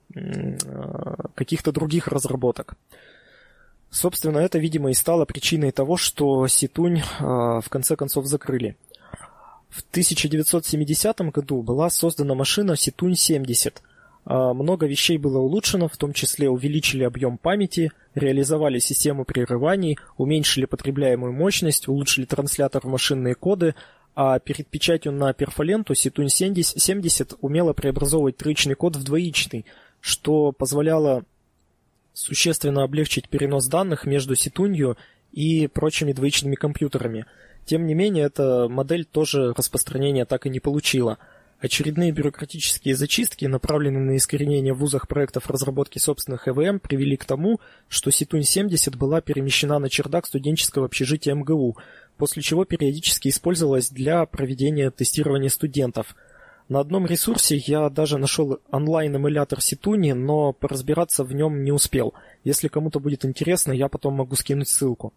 Speaker 3: каких-то других разработок. Собственно, это, видимо, и стало причиной того, что Ситунь в конце концов закрыли. В тысяча девятьсот семидесятом году была создана машина Ситунь семьдесят. Много вещей было улучшено, в том числе увеличили объем памяти, реализовали систему прерываний, уменьшили потребляемую мощность, улучшили транслятор в машинные коды, а перед печатью на перфоленту Ситунь семьдесят умела преобразовывать троичный код в двоичный, что позволяло существенно облегчить перенос данных между Ситунью и прочими двоичными компьютерами. Тем не менее, эта модель тоже распространения так и не получила. Очередные бюрократические зачистки, направленные на искоренение в вузах проектов разработки собственных ЭВМ, привели к тому, что Ситунь семьдесят была перемещена на чердак студенческого общежития эм гэ у, после чего периодически использовалась для проведения тестирования студентов. На одном ресурсе я даже нашел онлайн-эмулятор Ситуни, но поразбираться в нем не успел. Если кому-то будет интересно, я потом могу скинуть ссылку.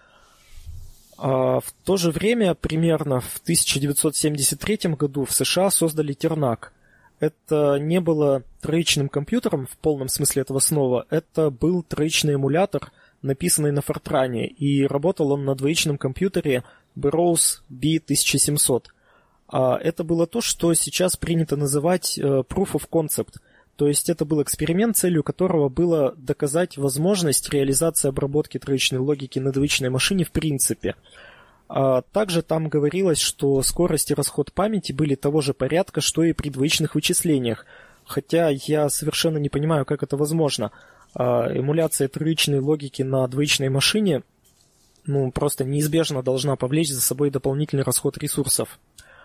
Speaker 3: А в то же время, примерно в тысяча девятьсот семьдесят третьем году в США создали Тернак. Это не было троичным компьютером в полном смысле этого слова, это был троичный эмулятор, написанный на Фортране, и работал он на двоичном компьютере Burroughs би тысяча семьсот. А это было то, что сейчас принято называть Proof of Concept, то есть это был эксперимент, целью которого было доказать возможность реализации обработки троичной логики на двоичной машине в принципе. Также там говорилось, что скорость и расход памяти были того же порядка, что и при двоичных вычислениях. Хотя я совершенно не понимаю, как это возможно. Эмуляция троичной логики на двоичной машине ну, просто неизбежно должна повлечь за собой дополнительный расход ресурсов.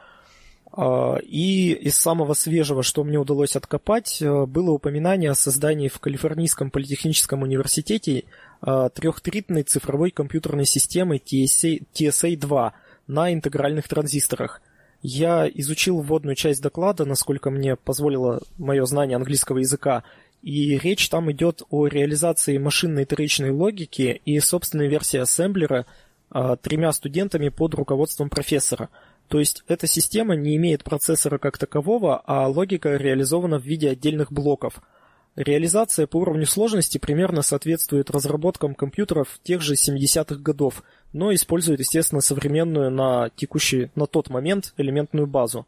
Speaker 3: И из самого свежего, что мне удалось откопать, было упоминание о создании в Калифорнийском политехническом университете трехтритной цифровой компьютерной системы ти эс эй два на интегральных транзисторах. Я изучил вводную часть доклада, насколько мне позволило мое знание английского языка, и речь там идет о реализации машинной троичной логики и собственной версии ассемблера тремя студентами под руководством профессора. То есть эта система не имеет процессора как такового, а логика реализована в виде отдельных блоков. Реализация по уровню сложности примерно соответствует разработкам компьютеров тех же семидесятых годов, но использует, естественно, современную на текущий, на тот момент элементную базу.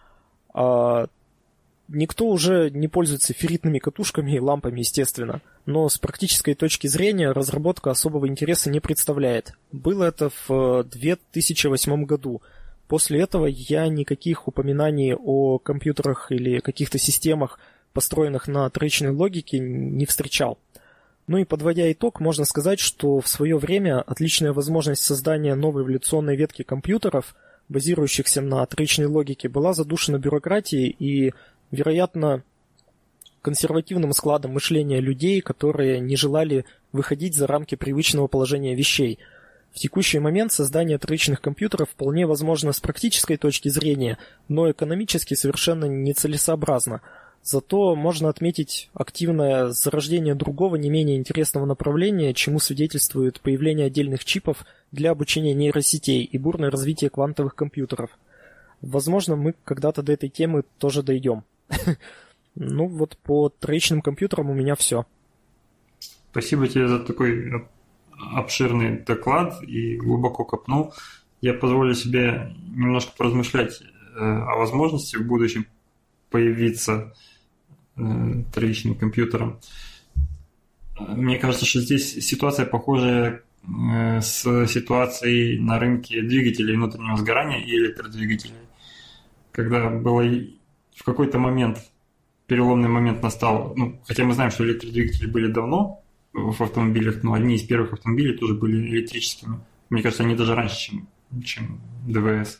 Speaker 3: А никто уже не пользуется ферритными катушками и лампами, естественно, но с практической точки зрения разработка особого интереса не представляет. Было это в две тысячи восьмом году. После этого я никаких упоминаний о компьютерах или каких-то системах, построенных на троичной логике, не встречал. Ну и подводя итог, можно сказать, что в свое время отличная возможность создания новой эволюционной ветки компьютеров, базирующихся на троичной логике, была задушена бюрократией и, вероятно, консервативным складом мышления людей, которые не желали выходить за рамки привычного положения вещей. В текущий момент создание троичных компьютеров вполне возможно с практической точки зрения, но экономически совершенно нецелесообразно. Зато можно отметить активное зарождение другого не менее интересного направления, чему свидетельствует появление отдельных чипов для обучения нейросетей и бурное развитие квантовых компьютеров. Возможно, мы когда-то до этой темы тоже дойдем. Ну вот по троичным компьютерам у меня все.
Speaker 1: Спасибо тебе за такой обширный доклад и глубоко копнул. Я позволю себе немножко поразмышлять о возможности в будущем появиться троичным компьютером. Мне кажется, что здесь ситуация похожая с ситуацией на рынке двигателей внутреннего сгорания и электродвигателей. Когда было в какой-то момент, переломный момент настал, ну, хотя мы знаем, что электродвигатели были давно в автомобилях, но одни из первых автомобилей тоже были электрическими. Мне кажется, они даже раньше, чем, чем ДВС.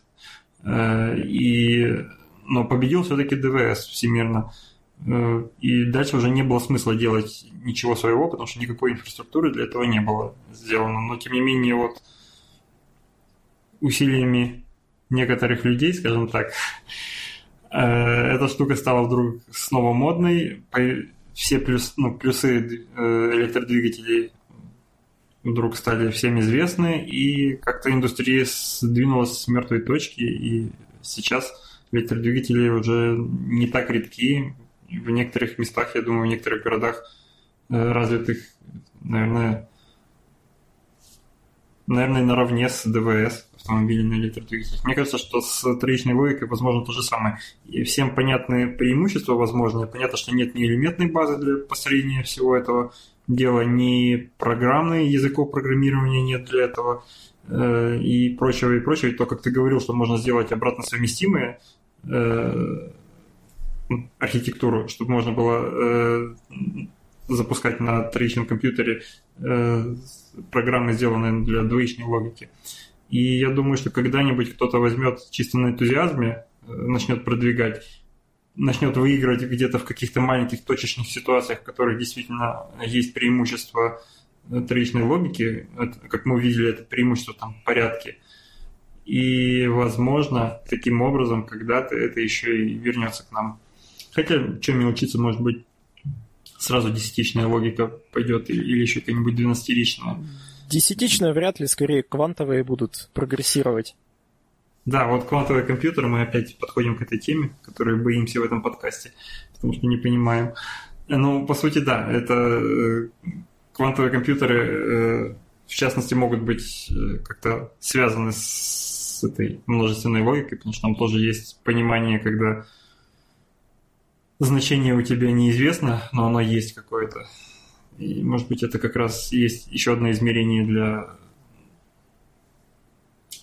Speaker 1: И, но победил все-таки ДВС всемирно. И дальше уже не было смысла делать ничего своего, потому что никакой инфраструктуры для этого не было сделано. Но, тем не менее, вот усилиями некоторых людей, скажем так, эта штука стала вдруг снова модной. Все плюс, ну, плюсы электродвигателей вдруг стали всем известны, и как-то индустрия сдвинулась с мертвой точки, и сейчас электродвигатели уже не так редки. В некоторых местах, я думаю, в некоторых городах развитых, наверное, наверное, наравне с ДВС автомобилей на электродвигателях. Мне кажется, что с троичной логикой возможно то же самое. И всем понятны преимущества возможные. Понятно, что нет ни элементной базы для построения всего этого дела, ни программной языков программирования нет для этого, и прочего, и прочего. И то, как ты говорил, что можно сделать обратно совместимые архитектуру, чтобы можно было э, запускать на троичном компьютере э, программы, сделанные для двоичной логики. И я думаю, что когда-нибудь кто-то возьмет чисто на энтузиазме, э, начнет продвигать, начнет выигрывать где-то в каких-то маленьких точечных ситуациях, в которых действительно есть преимущество троичной логики, это, как мы увидели, это преимущество там порядки. И, возможно, таким образом когда-то это еще и вернется к нам. Хотя, чем мелочиться, может быть, сразу десятичная логика пойдет или, или еще какая-нибудь двенадцатичная.
Speaker 3: Десятичная вряд ли, скорее квантовые будут прогрессировать.
Speaker 1: Да, вот квантовые компьютеры, мы опять подходим к этой теме, которую боимся в этом подкасте, потому что не понимаем. Ну, по сути, да, это квантовые компьютеры, в частности, могут быть как-то связаны с этой множественной логикой, потому что там тоже есть понимание, когда значение у тебя неизвестно, но оно есть какое-то. И, может быть, это как раз есть еще одно измерение для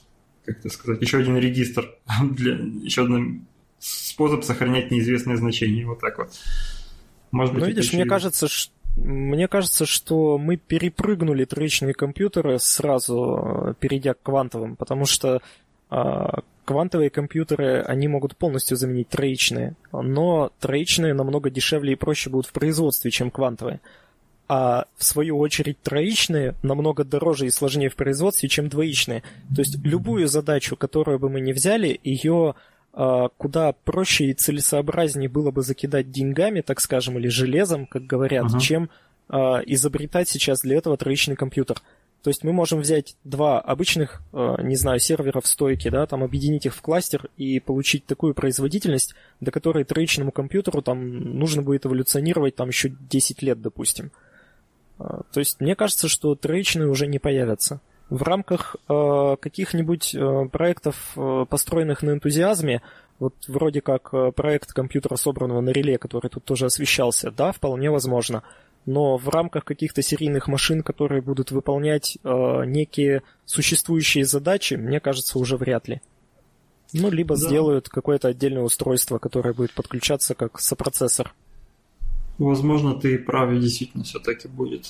Speaker 1: как это сказать, еще один регистр, для, еще один способ сохранять неизвестные значения. Вот так вот. Может быть,
Speaker 3: ну, видишь, мне кажется, что Мне кажется, что мы перепрыгнули троичные компьютеры сразу, перейдя к квантовым, потому что э, квантовые компьютеры, они могут полностью заменить троичные, но троичные намного дешевле и проще будут в производстве, чем квантовые. А в свою очередь троичные намного дороже и сложнее в производстве, чем двоичные. То есть любую задачу, которую бы мы ни взяли, ее э, куда проще и целесообразнее было бы закидать деньгами, так скажем, или железом, как говорят, uh-huh. чем э, изобретать сейчас для этого троичный компьютер. То есть мы можем взять два обычных, э, не знаю, сервера в стойке, да, там объединить их в кластер и получить такую производительность, до которой троичному компьютеру там нужно будет эволюционировать там еще десять лет, допустим. То есть мне кажется, что троичные уже не появятся. В рамках э, каких-нибудь э, проектов, э, построенных на энтузиазме, вот вроде как э, проект компьютера, собранного на реле, который тут тоже освещался, да, вполне возможно. Но в рамках каких-то серийных машин, которые будут выполнять э, некие существующие задачи, мне кажется, уже вряд ли. Ну, либо да. сделают какое-то отдельное устройство, которое будет подключаться как сопроцессор.
Speaker 1: Возможно, ты прав, и действительно все так и будет.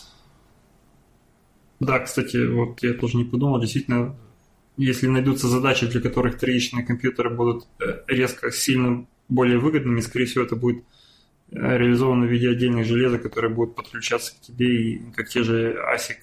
Speaker 1: Да, кстати, вот я тоже не подумал, действительно, если найдутся задачи, для которых троичные компьютеры будут резко сильно более выгодными, скорее всего, это будет реализовано в виде отдельных железок, которые будут подключаться к тебе, и как те же асик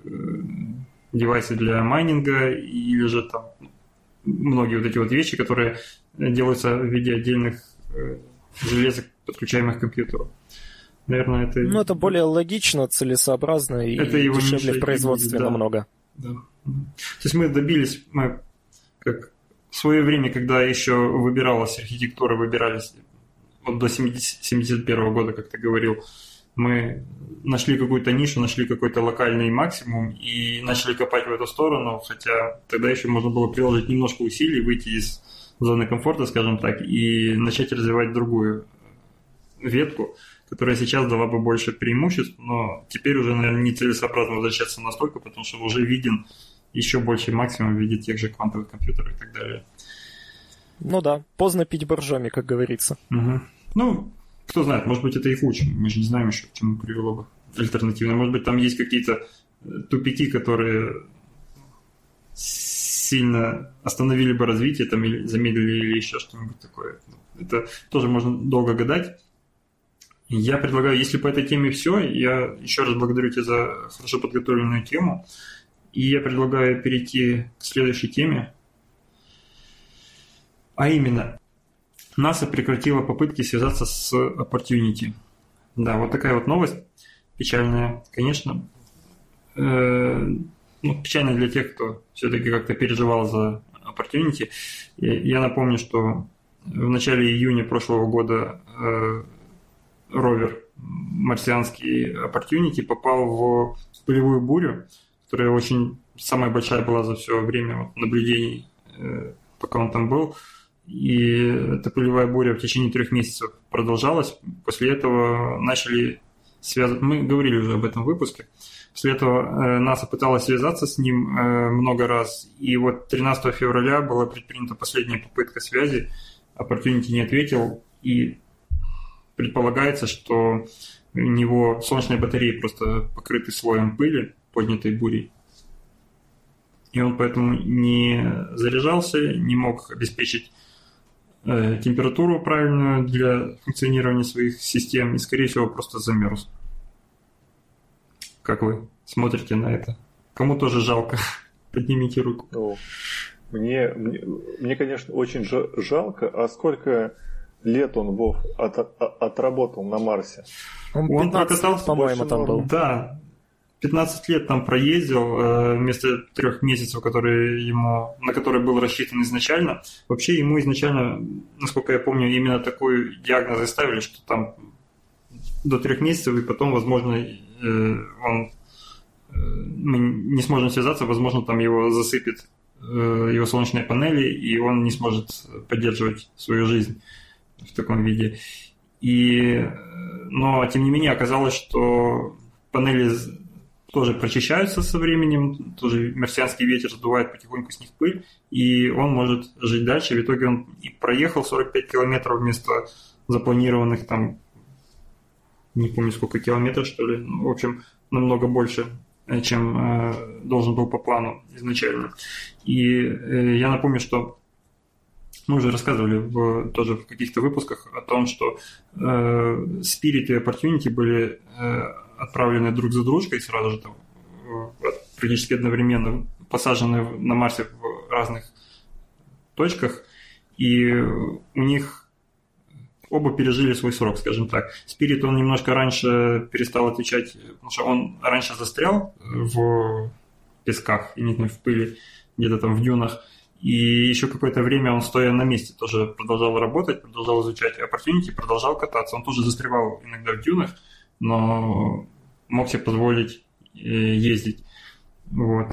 Speaker 1: девайсы для майнинга, или же там многие вот эти вот вещи, которые делаются в виде отдельных железок, подключаемых к компьютеру. Наверное, это...
Speaker 3: Ну, это более логично, целесообразно и это дешевле в производстве будет, да. намного.
Speaker 1: Да. То есть мы добились, мы как в свое время, когда еще выбиралась архитектура, выбирались вот до семьдесят первого года, как ты говорил, мы нашли какую-то нишу, нашли какой-то локальный максимум и начали копать в эту сторону, хотя тогда еще можно было приложить немножко усилий, выйти из зоны комфорта, скажем так, и начать развивать другую ветку, которая сейчас дала бы больше преимуществ, но теперь уже, наверное, нецелесообразно возвращаться настолько, потому что уже виден еще больше максимум в виде тех же квантовых компьютеров и так далее.
Speaker 3: Ну да, поздно пить боржоми, как говорится.
Speaker 1: Угу. Ну, кто знает, может быть, это и к лучшему. Мы же не знаем еще, к чему привело бы альтернативно. Может быть, там есть какие-то тупики, которые сильно остановили бы развитие, там, или замедлили, или еще что-нибудь такое. Это тоже можно долго гадать. Я предлагаю, если по этой теме все, я еще раз благодарю тебя за хорошо подготовленную тему, и я предлагаю перейти к следующей теме, а именно НАСА прекратила попытки связаться с Opportunity. Да, вот такая вот новость, печальная, конечно, э, ну, печальная для тех, кто все-таки как-то переживал за Opportunity. Я, я напомню, что в начале июня прошлого года э, ровер марсианский Opportunity попал в пылевую бурю, которая очень самая большая была за все время наблюдений, пока он там был. И эта пылевая буря в течение трех месяцев продолжалась. После этого начали связывать... Мы говорили уже об этом в выпуске. После этого НАСА пыталась связаться с ним много раз. И вот тринадцатого февраля была предпринята последняя попытка связи. Opportunity не ответил. И предполагается, что у него солнечные батареи просто покрыты слоем пыли, поднятой бурей. И он поэтому не заряжался, не мог обеспечить э, температуру правильную для функционирования своих систем и, скорее всего, просто замерз. Как вы смотрите на это? Кому тоже жалко? Поднимите руку.
Speaker 2: Ну, мне, мне, мне, конечно, очень жалко. А сколько лет он, Вов, от, от, отработал на Марсе?
Speaker 3: Он, он прокатался, по-моему, там был.
Speaker 1: Да, пятнадцать лет там проездил вместо трех месяцев, которые ему, на которые был рассчитан изначально. Вообще ему изначально, насколько я помню, именно такой диагноз ставили, что там до трех месяцев, и потом, возможно, он, мы не сможем связаться, возможно, там его засыпет его солнечные панели, и он не сможет поддерживать свою жизнь в таком виде. И, но, тем не менее, оказалось, что панели тоже прочищаются со временем, тоже марсианский ветер сдувает потихоньку с них пыль, и он может жить дальше. В итоге он и проехал сорок пять километров вместо запланированных там, не помню сколько километров, что ли, ну, в общем, намного больше, чем э, должен был по плану изначально. И э, я напомню, что мы уже рассказывали в, тоже в каких-то выпусках о том, что э, Spirit и Opportunity были э, отправлены друг за дружкой сразу же, там, практически одновременно посажены на Марсе в разных точках, и у них оба пережили свой срок, скажем так. Spirit, он немножко раньше перестал отвечать, потому что он раньше застрял в песках, и не в пыли, где-то там в дюнах, и еще какое-то время он, стоя на месте, тоже продолжал работать, продолжал изучать Opportunity, продолжал кататься. Он тоже застревал иногда в дюнах, но мог себе позволить ездить. Вот.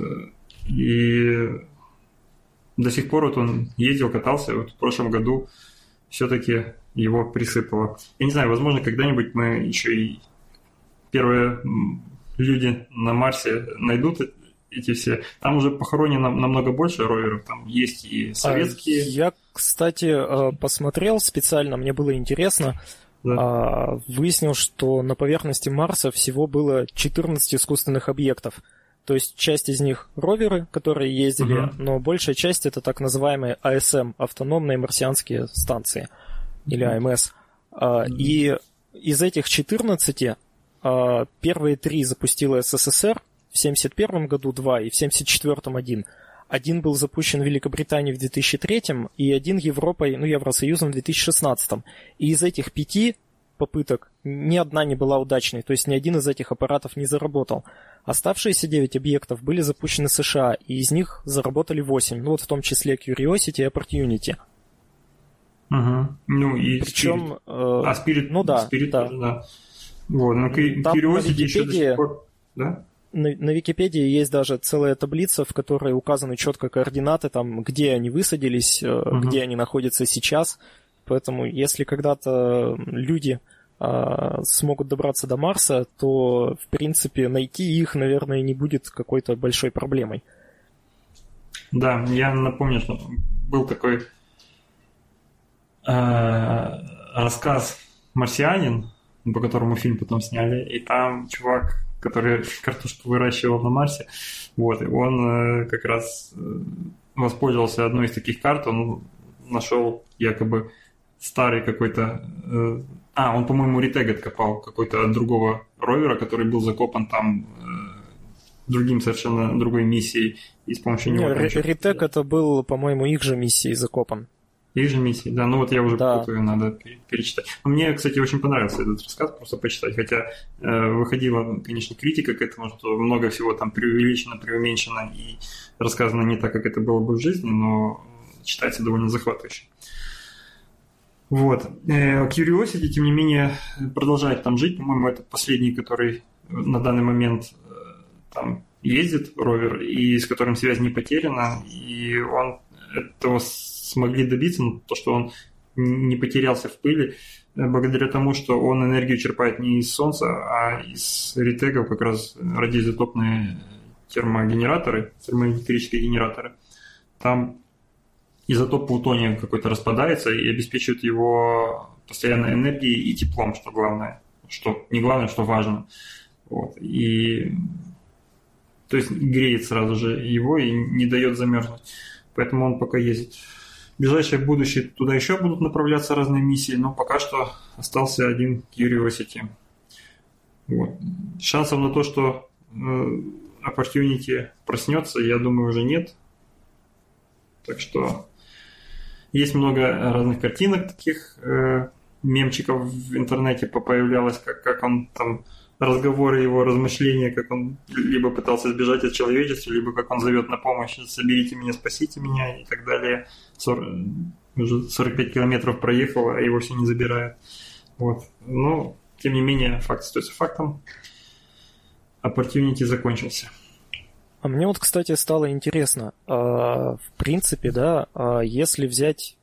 Speaker 1: И до сих пор вот он ездил, катался. Вот в прошлом году все-таки его присыпало. Я не знаю, возможно, когда-нибудь мы еще и первые люди на Марсе найдут эти все. Там уже похоронено намного больше роверов. Там есть и советские.
Speaker 3: Я, кстати, посмотрел специально, мне было интересно. Да. Выяснил, что на поверхности Марса всего было четырнадцать искусственных объектов. То есть часть из них роверы, которые ездили, угу. но большая часть это так называемые а эс эм, автономные марсианские станции, или а эм эс. Угу. И из этих четырнадцати первые три запустила эс эс эс эр, в семьдесят первом году два и в семьдесят четвёртом один. Один был запущен в Великобритании в две тысячи третьем и один Европой, ну, Евросоюзом в две тысячи шестнадцатом. И из этих пяти попыток ни одна не была удачной, то есть ни один из этих аппаратов не заработал. Оставшиеся девять объектов были запущены США, и из них заработали восемь, ну вот в том числе Curiosity и Opportunity.
Speaker 1: Угу. Ну и
Speaker 3: Причем,
Speaker 1: Spirit. Э, а Spirit,
Speaker 3: ну да,
Speaker 1: Spirit,
Speaker 3: да.
Speaker 1: да. Вот, ну, Curiosity еще до сих пор, да?
Speaker 3: На, на Википедии есть даже целая таблица, в которой указаны четко координаты, там, где они высадились, uh-huh. где они находятся сейчас. Поэтому, если когда-то люди а, смогут добраться до Марса, то, в принципе, найти их, наверное, не будет какой-то большой проблемой.
Speaker 1: Да, я напомню, что был такой э, рассказ «Марсианин», по которому фильм потом сняли, и там чувак, который картошку выращивал на Марсе, вот, и он э, как раз э, воспользовался одной из таких карт, он нашел якобы старый какой-то... Э, а, он, по-моему, ретег откопал какой-то от другого ровера, который был закопан там э, другим совершенно другой миссией, и с помощью него...
Speaker 3: Ретег это был, по-моему, их же миссией закопан.
Speaker 1: Их же миссии, да, ну вот я уже
Speaker 3: да.
Speaker 1: путаю, надо перечитать. Мне, кстати, очень понравился этот рассказ, просто почитать, хотя э, выходила, конечно, критика к этому, что много всего там преувеличено, преуменьшено и рассказано не так, как это было бы в жизни, но читается довольно захватывающе. Вот. Э, Curiosity, тем не менее, продолжает там жить, по-моему, это последний, который на данный момент э, там ездит, ровер, и с которым связь не потеряна, и он этого смогли добиться, ну, то, что он не потерялся в пыли, благодаря тому, что он энергию черпает не из Солнца, а из ретегов, как раз радиоизотопные термогенераторы, термоэлектрические генераторы. Там изотоп плутония какой-то распадается и обеспечивает его постоянной энергией и теплом, что главное, что не главное, что важно. Вот. И то есть греет сразу же его и не дает замерзнуть. Поэтому он пока ездит. В ближайшее будущее туда еще будут направляться разные миссии, но пока что остался один Curiosity. Вот. Шансов на то, что Opportunity проснется, я думаю, уже нет. Так что есть много разных картинок таких, э, мемчиков в интернете появлялось, как, как он там, разговоры его, размышления, как он либо пытался сбежать от человечества, либо как он зовет на помощь, соберите меня, спасите меня и так далее. сорок, уже сорок пять километров проехал, а его все не забирают. Вот. Но, тем не менее, факт остается фактом. Opportunity закончился.
Speaker 3: А мне вот, кстати, стало интересно, в принципе, да, если взять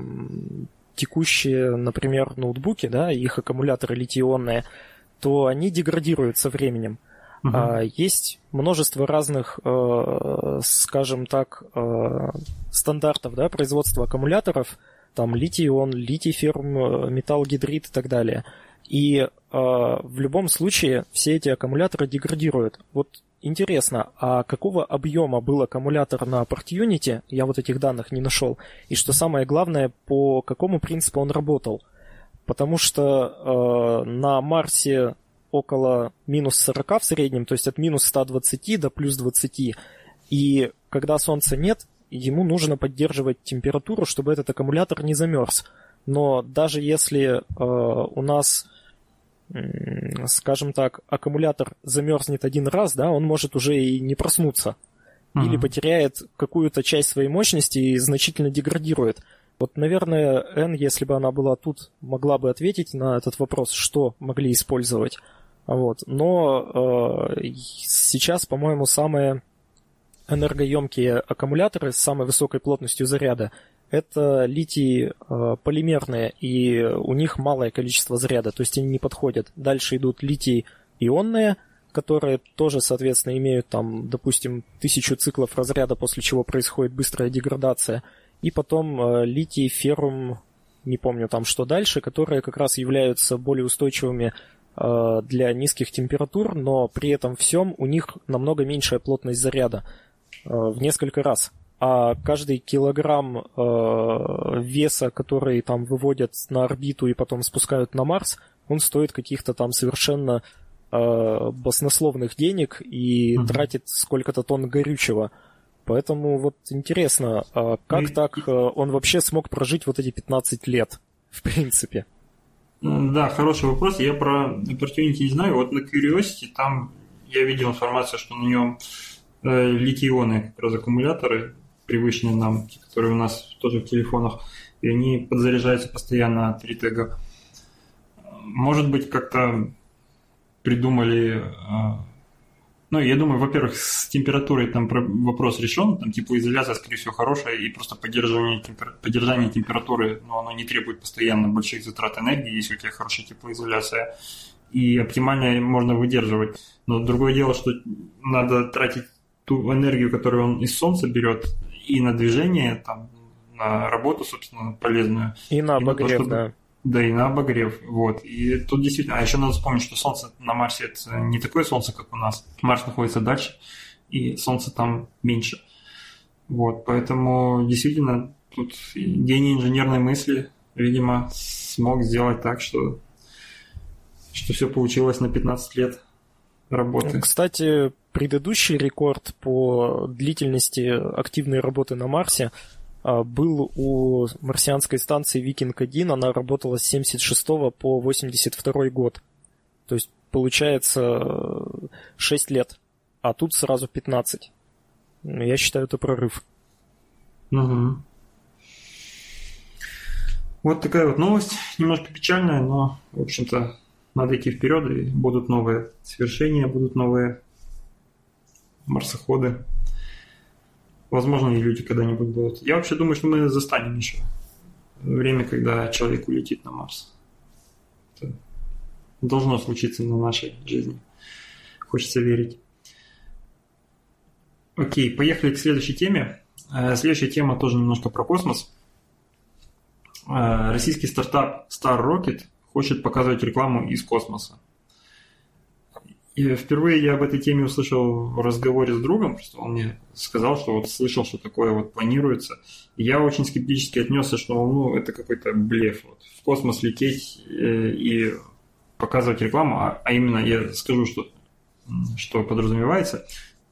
Speaker 3: текущие, например, ноутбуки, да, их аккумуляторы литий-ионные, то они деградируют со временем. Uh-huh. Есть множество разных, скажем так, стандартов, да, производства аккумуляторов, там литий-ион, литий-феррум, металл-гидрид и так далее. И в любом случае все эти аккумуляторы деградируют. Вот интересно, а какого объема был аккумулятор на PortUnity? Я вот этих данных не нашел. И что самое главное, по какому принципу он работал? Потому что на Марсе около минус сорок в среднем, то есть от минус ста двадцати до плюс двадцати. И когда Солнца нет, ему нужно поддерживать температуру, чтобы этот аккумулятор не замерз. Но даже если э, у нас, э, скажем так, аккумулятор замерзнет один раз, да, он может уже и не проснуться. Mm-hmm. Или потеряет какую-то часть своей мощности и значительно деградирует. Вот, наверное, Энн, если бы она была тут, могла бы ответить на этот вопрос, что могли использовать. Вот. Но э, сейчас, по-моему, самые энергоемкие аккумуляторы с самой высокой плотностью заряда — это литий-полимерные, и у них малое количество заряда, то есть они не подходят. Дальше идут литий-ионные, которые тоже, соответственно, имеют там, допустим, тысячу циклов разряда, после чего происходит быстрая деградация. И потом э, литий-феррум, не помню там что дальше, которые как раз являются более устойчивыми для низких температур, но при этом всем у них намного меньшая плотность заряда, в несколько раз. А каждый килограмм веса, который там выводят на орбиту и потом спускают на Марс, он стоит каких-то там совершенно баснословных денег и mm-hmm. тратит сколько-то тонн горючего. Поэтому вот интересно, как mm-hmm. так он вообще смог прожить вот эти пятнадцать лет, в принципе?
Speaker 1: Да, хороший вопрос. Я про Opportunity не знаю. Вот на Curiosity там я видел информацию, что на нем э, литий-ионные как раз аккумуляторы, привычные нам, которые у нас тоже в телефонах, и они подзаряжаются постоянно от три тега. Может быть, как-то придумали... Э, ну, я думаю, во-первых, с температурой там вопрос решен, там теплоизоляция, скорее всего, хорошая, и просто поддерживание, темпер... поддержание температуры, но оно не требует постоянно больших затрат энергии, если у тебя хорошая теплоизоляция, и оптимально можно выдерживать. Но другое дело, что надо тратить ту энергию, которую он из Солнца берет, и на движение, там, на работу, собственно, полезную.
Speaker 3: И на обогрев, и на то, чтобы... да.
Speaker 1: Да, и на обогрев, вот. И тут действительно, а еще надо вспомнить, что Солнце на Марсе это не такое Солнце, как у нас. Марс находится дальше, и Солнце там меньше. Вот, поэтому действительно тут гений инженерной мысли, видимо, смог сделать так, что, что все получилось на пятнадцать лет работы.
Speaker 3: Кстати, предыдущий рекорд по длительности активной работы на Марсе был у марсианской станции Викинг один, она работала с семьдесят шестого по восемьдесят второй год. То есть, получается, шесть лет, а тут сразу пятнадцать. Я считаю, это прорыв.
Speaker 1: Угу. Вот такая вот новость, немножко печальная, но, в общем-то, надо идти вперед, и будут новые свершения, будут новые марсоходы. Возможно, и люди когда-нибудь будут. Я вообще думаю, что мы застанем еще время, когда человек улетит на Марс. Это должно случиться на нашей жизни. Хочется верить. Окей, поехали к следующей теме. Следующая тема тоже немножко про космос. Российский стартап Star Rocket хочет показывать рекламу из космоса. И впервые я об этой теме услышал в разговоре с другом, просто он мне сказал, что вот слышал, что такое вот планируется. И я очень скептически отнесся, что ну, это какой-то блеф. Вот, в космос лететь и показывать рекламу, а, а именно я скажу, что, что подразумевается.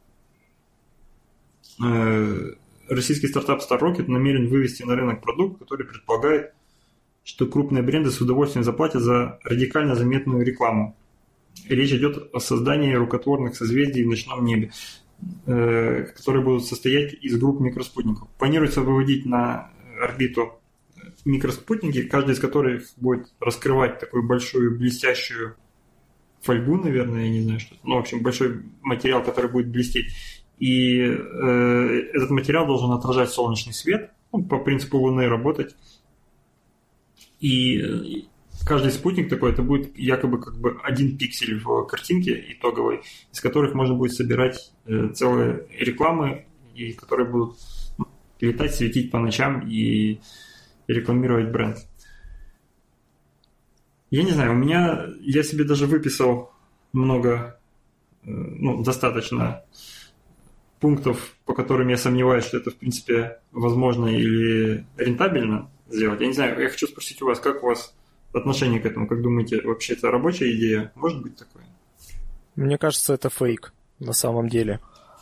Speaker 1: Российский стартап Star Rocket намерен вывести на рынок продукт, который предполагает, что крупные бренды с удовольствием заплатят за радикально заметную рекламу. Речь идет о создании рукотворных созвездий в ночном небе, э, которые будут состоять из групп микроспутников. Планируется выводить на орбиту микроспутники, каждый из которых будет раскрывать такую большую блестящую фольгу, наверное, я не знаю, что это. Ну, в общем, большой материал, который будет блестеть. И э, этот материал должен отражать солнечный свет, ну, по принципу Луны работать. И каждый спутник такой, это будет якобы как бы один пиксель в картинке итоговой, из которых можно будет собирать целые рекламы, и которые будут летать, светить по ночам и рекламировать бренд. Я не знаю, у меня, я себе даже выписал много, ну, достаточно пунктов, по которым я сомневаюсь, что это, в принципе, возможно или рентабельно сделать. Я не знаю, я хочу спросить у вас, как у вас отношение к этому? Как думаете, вообще это рабочая идея? Может быть такое?
Speaker 3: Мне кажется, это фейк на самом деле.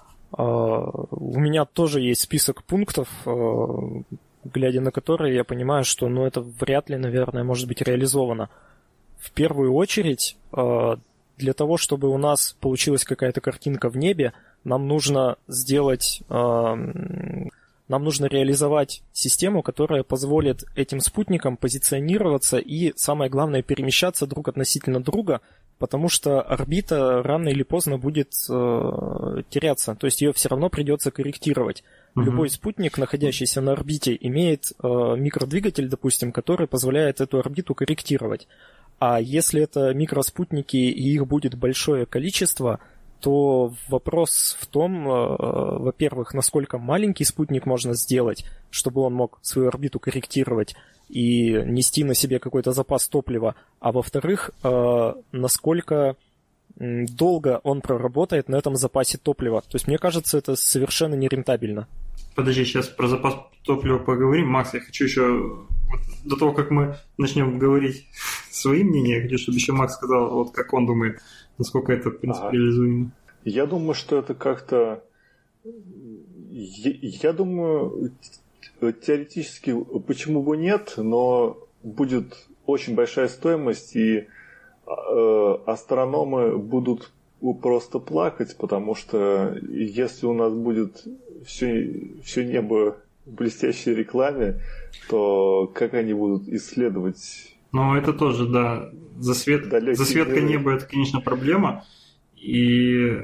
Speaker 3: У меня тоже есть список пунктов, глядя на которые я понимаю, что ну, это вряд ли, наверное, может быть реализовано. В первую очередь, для того, чтобы у нас получилась какая-то картинка в небе, нам нужно сделать, нам нужно реализовать систему, которая позволит этим спутникам позиционироваться и, самое главное, перемещаться друг относительно друга, потому что орбита рано или поздно будет э, теряться, то есть ее все равно придется корректировать. Uh-huh. Любой спутник, находящийся на орбите, имеет э, микродвигатель, допустим, который позволяет эту орбиту корректировать. А если это микроспутники и их будет большое количество, то вопрос в том, э, во-первых, насколько маленький спутник можно сделать, чтобы он мог свою орбиту корректировать и нести на себе какой-то запас топлива, а во-вторых, э, насколько долго он проработает на этом запасе топлива. То есть, мне кажется, это совершенно нерентабельно.
Speaker 1: Подожди, сейчас про запас топлива поговорим. Макс, я хочу еще, вот, до того, как мы начнем говорить свои мнения, я хочу, чтобы еще Макс сказал, вот как он думает, насколько это, в принципе, ага. реализуемо.
Speaker 2: Я думаю, что это как-то... Я, я думаю... Теоретически, почему бы нет, но будет очень большая стоимость, и э, астрономы будут просто плакать, потому что если у нас будет все, все небо в блестящей рекламе, то как они будут исследовать?
Speaker 1: Ну, это тоже, да, засвет, засветка неба – это, конечно, проблема, и...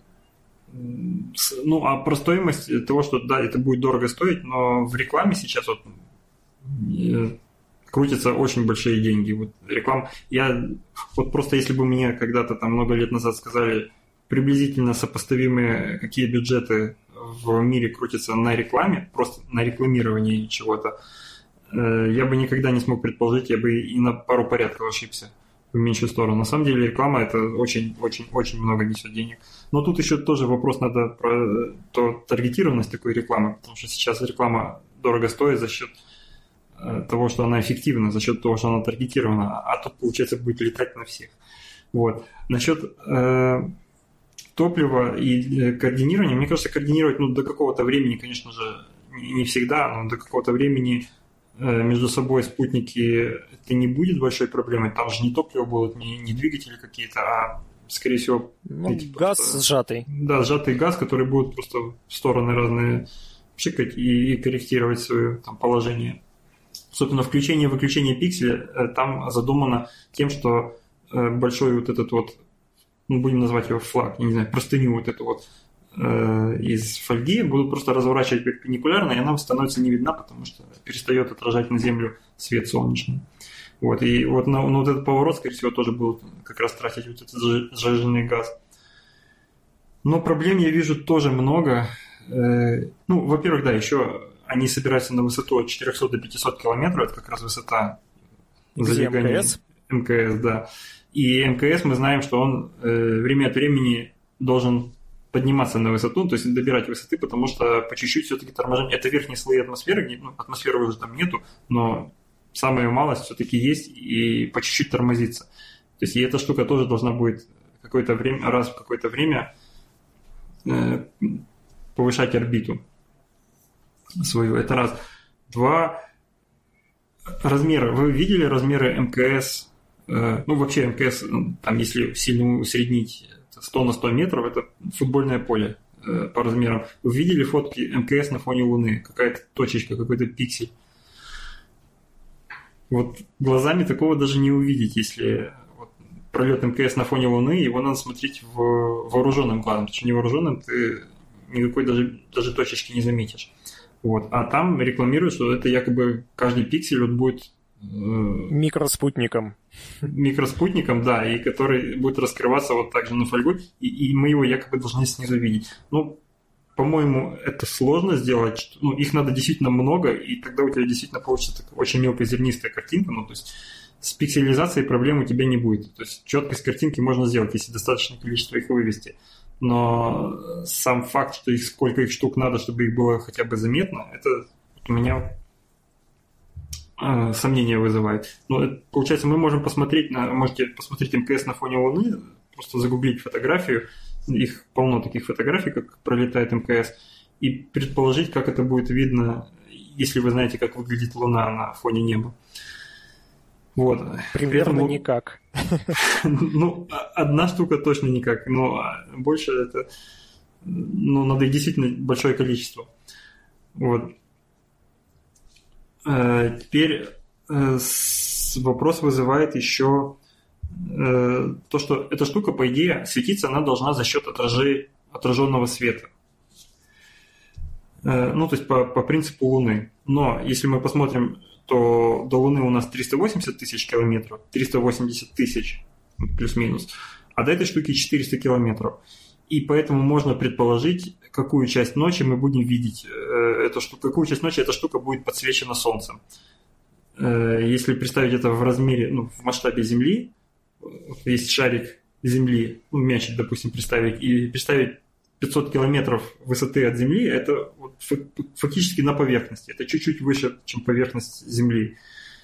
Speaker 1: Ну, а про стоимость того, что да, это будет дорого стоить, но в рекламе сейчас вот крутятся очень большие деньги. Вот реклама. Я вот просто если бы мне когда-то там много лет назад сказали приблизительно сопоставимые, какие бюджеты в мире крутятся на рекламе, просто на рекламировании чего-то, я бы никогда не смог предположить, я бы и на пару порядков ошибся в меньшую сторону. На самом деле реклама это очень-очень-очень много несет денег. Но тут еще тоже вопрос надо про то, таргетированность такой рекламы, потому что сейчас реклама дорого стоит за счет того, что она эффективна, за счет того, что она таргетирована, а тут, получается, будет летать на всех. Вот. Насчет э, топлива и координирования, мне кажется, координировать ну, до какого-то времени, конечно же, не всегда, но до какого-то времени между собой спутники это не будет большой проблемой. Там же не топливо будут, не, не двигатели какие-то, а, скорее всего...
Speaker 3: Ну, газ просто, сжатый.
Speaker 1: Да, сжатый газ, который будет просто в стороны разные пшикать и, и корректировать свое там, положение. Собственно, включение и выключение пикселя там задумано тем, что большой вот этот вот, ну, будем назвать его флаг, я не знаю, простыню вот эту вот из фольги будут просто разворачивать перпендикулярно, и она становится не видна, потому что перестает отражать на Землю свет солнечный. Вот, и вот на, на вот этот поворот, скорее всего, тоже будут как раз тратить вот этот сжиженный газ. Но проблем я вижу тоже много. Ну, во-первых, да, еще они собираются на высоту от четырехсот до пятисот километров, это как раз высота
Speaker 3: залегания. МКС?
Speaker 1: МКС, да. И МКС мы знаем, что он время от времени должен подниматься на высоту, то есть добирать высоты, потому что по чуть-чуть все-таки торможение. Это верхние слои атмосферы, ну, атмосферы уже там нету, но самая малость все-таки есть и по чуть-чуть тормозится. То есть и эта штука тоже должна будет какое-то время, раз в какое-то время э, повышать орбиту свою. Это раз. Два. Размеры. Вы видели размеры МКС? Э, ну, вообще МКС, там, если сильно усреднить сто на сто метров, это футбольное поле э, по размерам. Вы видели фотки МКС на фоне Луны? Какая-то точечка, какой-то пиксель. Вот глазами такого даже не увидеть, если вот, пролет МКС на фоне Луны, его надо смотреть в вооруженным глазом. Потому что невооруженным ты никакой даже, даже точечки не заметишь. Вот. А там рекламируют, что это якобы каждый пиксель вот будет
Speaker 3: Микроспутником.
Speaker 1: Микроспутником, да, и который будет раскрываться вот так же на фольгу, и, и мы его якобы должны снизу видеть. Ну, по-моему, это сложно сделать. Что, ну, их надо действительно много, и тогда у тебя действительно получится такая очень мелкозернистая картинка. Ну, то есть с пикселизацией проблем у тебя не будет. То есть четкость картинки можно сделать, если достаточное количество их вывести. Но сам факт, что их, сколько их штук надо, чтобы их было хотя бы заметно, это у меня э, сомнения вызывает. Но это, получается, мы можем посмотреть, на, можете посмотреть МКС на фоне Луны, просто загуглить фотографию, их полно таких фотографий, как пролетает МКС, и предположить, как это будет видно, если вы знаете, как выглядит Луна на фоне неба. Вот.
Speaker 3: Примерно
Speaker 1: Поэтому,
Speaker 3: никак.
Speaker 1: Ну, одна штука точно никак, но больше это, ну, надо их действительно большое количество. Вот. Теперь вопрос вызывает еще то, что эта штука, по идее, светиться она должна за счет отражи, отраженного света. Ну, то есть по, по принципу Луны. Но если мы посмотрим, то до Луны у нас триста восемьдесят тысяч километров, триста восемьдесят тысяч плюс-минус, а до этой штуки четыреста километров. И поэтому можно предположить, какую часть ночи мы будем видеть эту штуку, какую часть ночи эта штука будет подсвечена Солнцем. Если представить это в размере, ну, в масштабе Земли, есть шарик Земли, ну, мячик, допустим, представить, и представить пятьсот километров высоты от Земли, это фактически на поверхности, это чуть-чуть выше, чем поверхность Земли.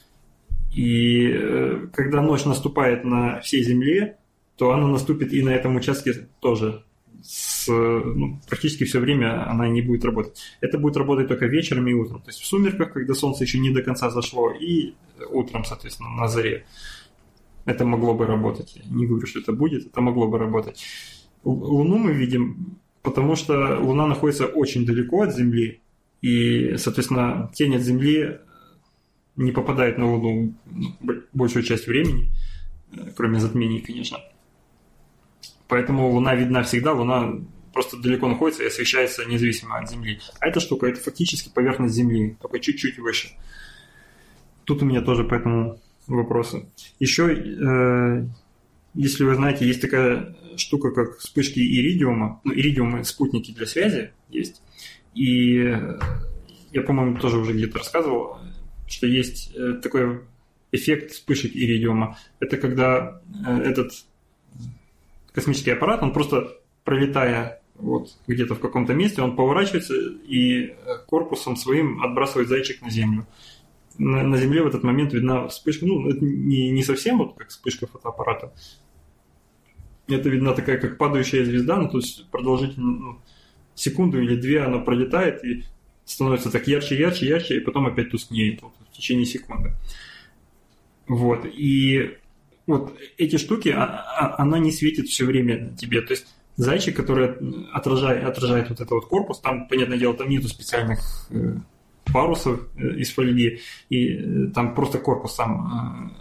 Speaker 1: И когда ночь наступает на всей Земле, то она наступит и на этом участке тоже. С, ну, практически все время она не будет работать. Это будет работать только вечером и утром. То есть в сумерках, когда солнце еще не до конца зашло, и утром, соответственно, на заре. Это могло бы работать. Я не говорю, что это будет, это могло бы работать. Луну мы видим, потому что Луна находится очень далеко от Земли, и, соответственно, тень от Земли не попадает на Луну большую часть времени, кроме затмений, конечно. Поэтому Луна видна всегда, Луна просто далеко находится и освещается независимо от Земли. А эта штука – это фактически поверхность Земли, только чуть-чуть выше. Тут у меня тоже поэтому вопросы. Еще, э, если вы знаете, есть такая штука, как вспышки иридиума. Ну, иридиумы – спутники для связи есть. И я, по-моему, тоже уже где-то рассказывал, что есть такой эффект вспышек иридиума. Это когда этот космический аппарат, он просто пролетая вот где-то в каком-то месте, он поворачивается и корпусом своим отбрасывает зайчик на Землю. На, на Земле в этот момент видна вспышка, ну, это не, не совсем вот как вспышка фотоаппарата. Это видна такая, как падающая звезда, ну, то есть продолжительно, ну, секунду или две она пролетает и становится так ярче, ярче, ярче, и потом опять тускнеет вот, в течение секунды. Вот, и вот эти штуки, она не светит все время тебе. То есть зайчик, который отражает, отражает вот этот вот корпус, там, понятное дело, там нету специальных э, парусов э, из фольги, и э, там просто корпус сам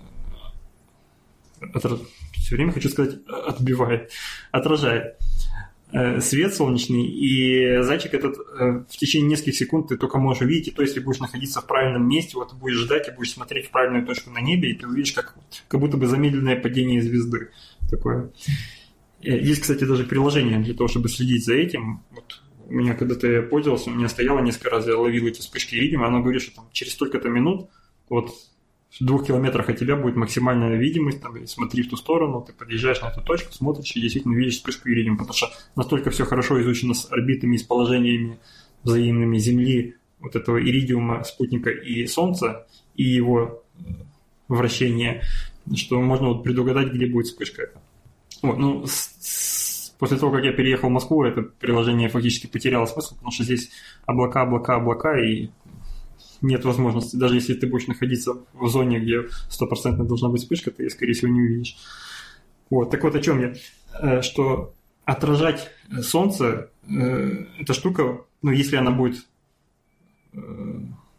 Speaker 1: э, отраж... все время, хочу сказать, отбивает, отражает э, свет солнечный, и зайчик этот э, в течение нескольких секунд ты только можешь увидеть, и то, если будешь находиться в правильном месте, вот ты будешь ждать и будешь смотреть в правильную точку на небе, и ты увидишь, как, как будто бы замедленное падение звезды такое. Есть, кстати, даже приложение для того, чтобы следить за этим. Вот у меня когда-то я пользовался, у меня стояло несколько раз, я ловил эти вспышки иридиума, оно говорит, что там через столько-то минут вот в двух километрах от тебя будет максимальная видимость, там, смотри в ту сторону, ты подъезжаешь на эту точку, смотришь и действительно видишь вспышку иридиума, потому что настолько все хорошо изучено с орбитами и с положениями взаимными Земли, вот этого иридиума, спутника и Солнца, и его вращение, что можно вот предугадать, где будет вспышка эта. Вот, ну, с, с, после того, как я переехал в Москву, это приложение фактически потеряло смысл, потому что здесь облака, облака, облака, и нет возможности. Даже если ты будешь находиться в зоне, где стопроцентно должна быть вспышка, ты ее, скорее всего, не увидишь. Вот, так вот о чем я. Что отражать солнце, эта штука, ну, если она будет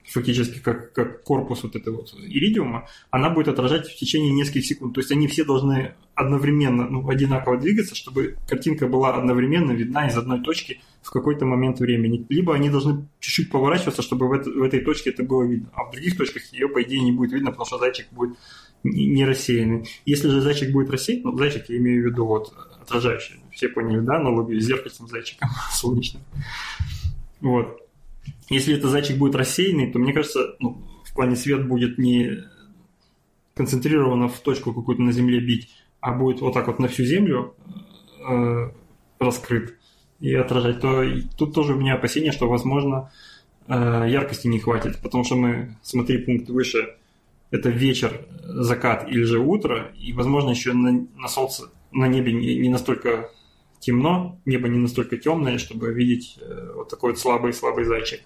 Speaker 1: фактически как, как корпус вот этого вот иридиума, она будет отражать в течение нескольких секунд. То есть они все должны одновременно, ну, одинаково двигаться, чтобы картинка была одновременно видна из одной точки в какой-то момент времени. Либо они должны чуть-чуть поворачиваться, чтобы в, это, в этой точке это было видно, а в других точках ее, по идее, не будет видно, потому что зайчик будет не рассеянный. Если же зайчик будет рассеян, ну, зайчик я имею в виду вот отражающий, все поняли, да, аналогию с зеркальцем зайчиком солнечным. Вот. Если этот зайчик будет рассеянный, то, мне кажется, ну, в плане свет будет не концентрированно в точку какую-то на Земле бить, а будет вот так вот на всю Землю э, раскрыт и отражать, то тут тоже у меня опасение, что, возможно, э, яркости не хватит, потому что мы, смотри, пункт выше, это вечер, закат или же утро, и, возможно, еще на, на солнце, на небе не, не настолько темно, небо не настолько темное, чтобы видеть э, вот такой вот слабый-слабый зайчик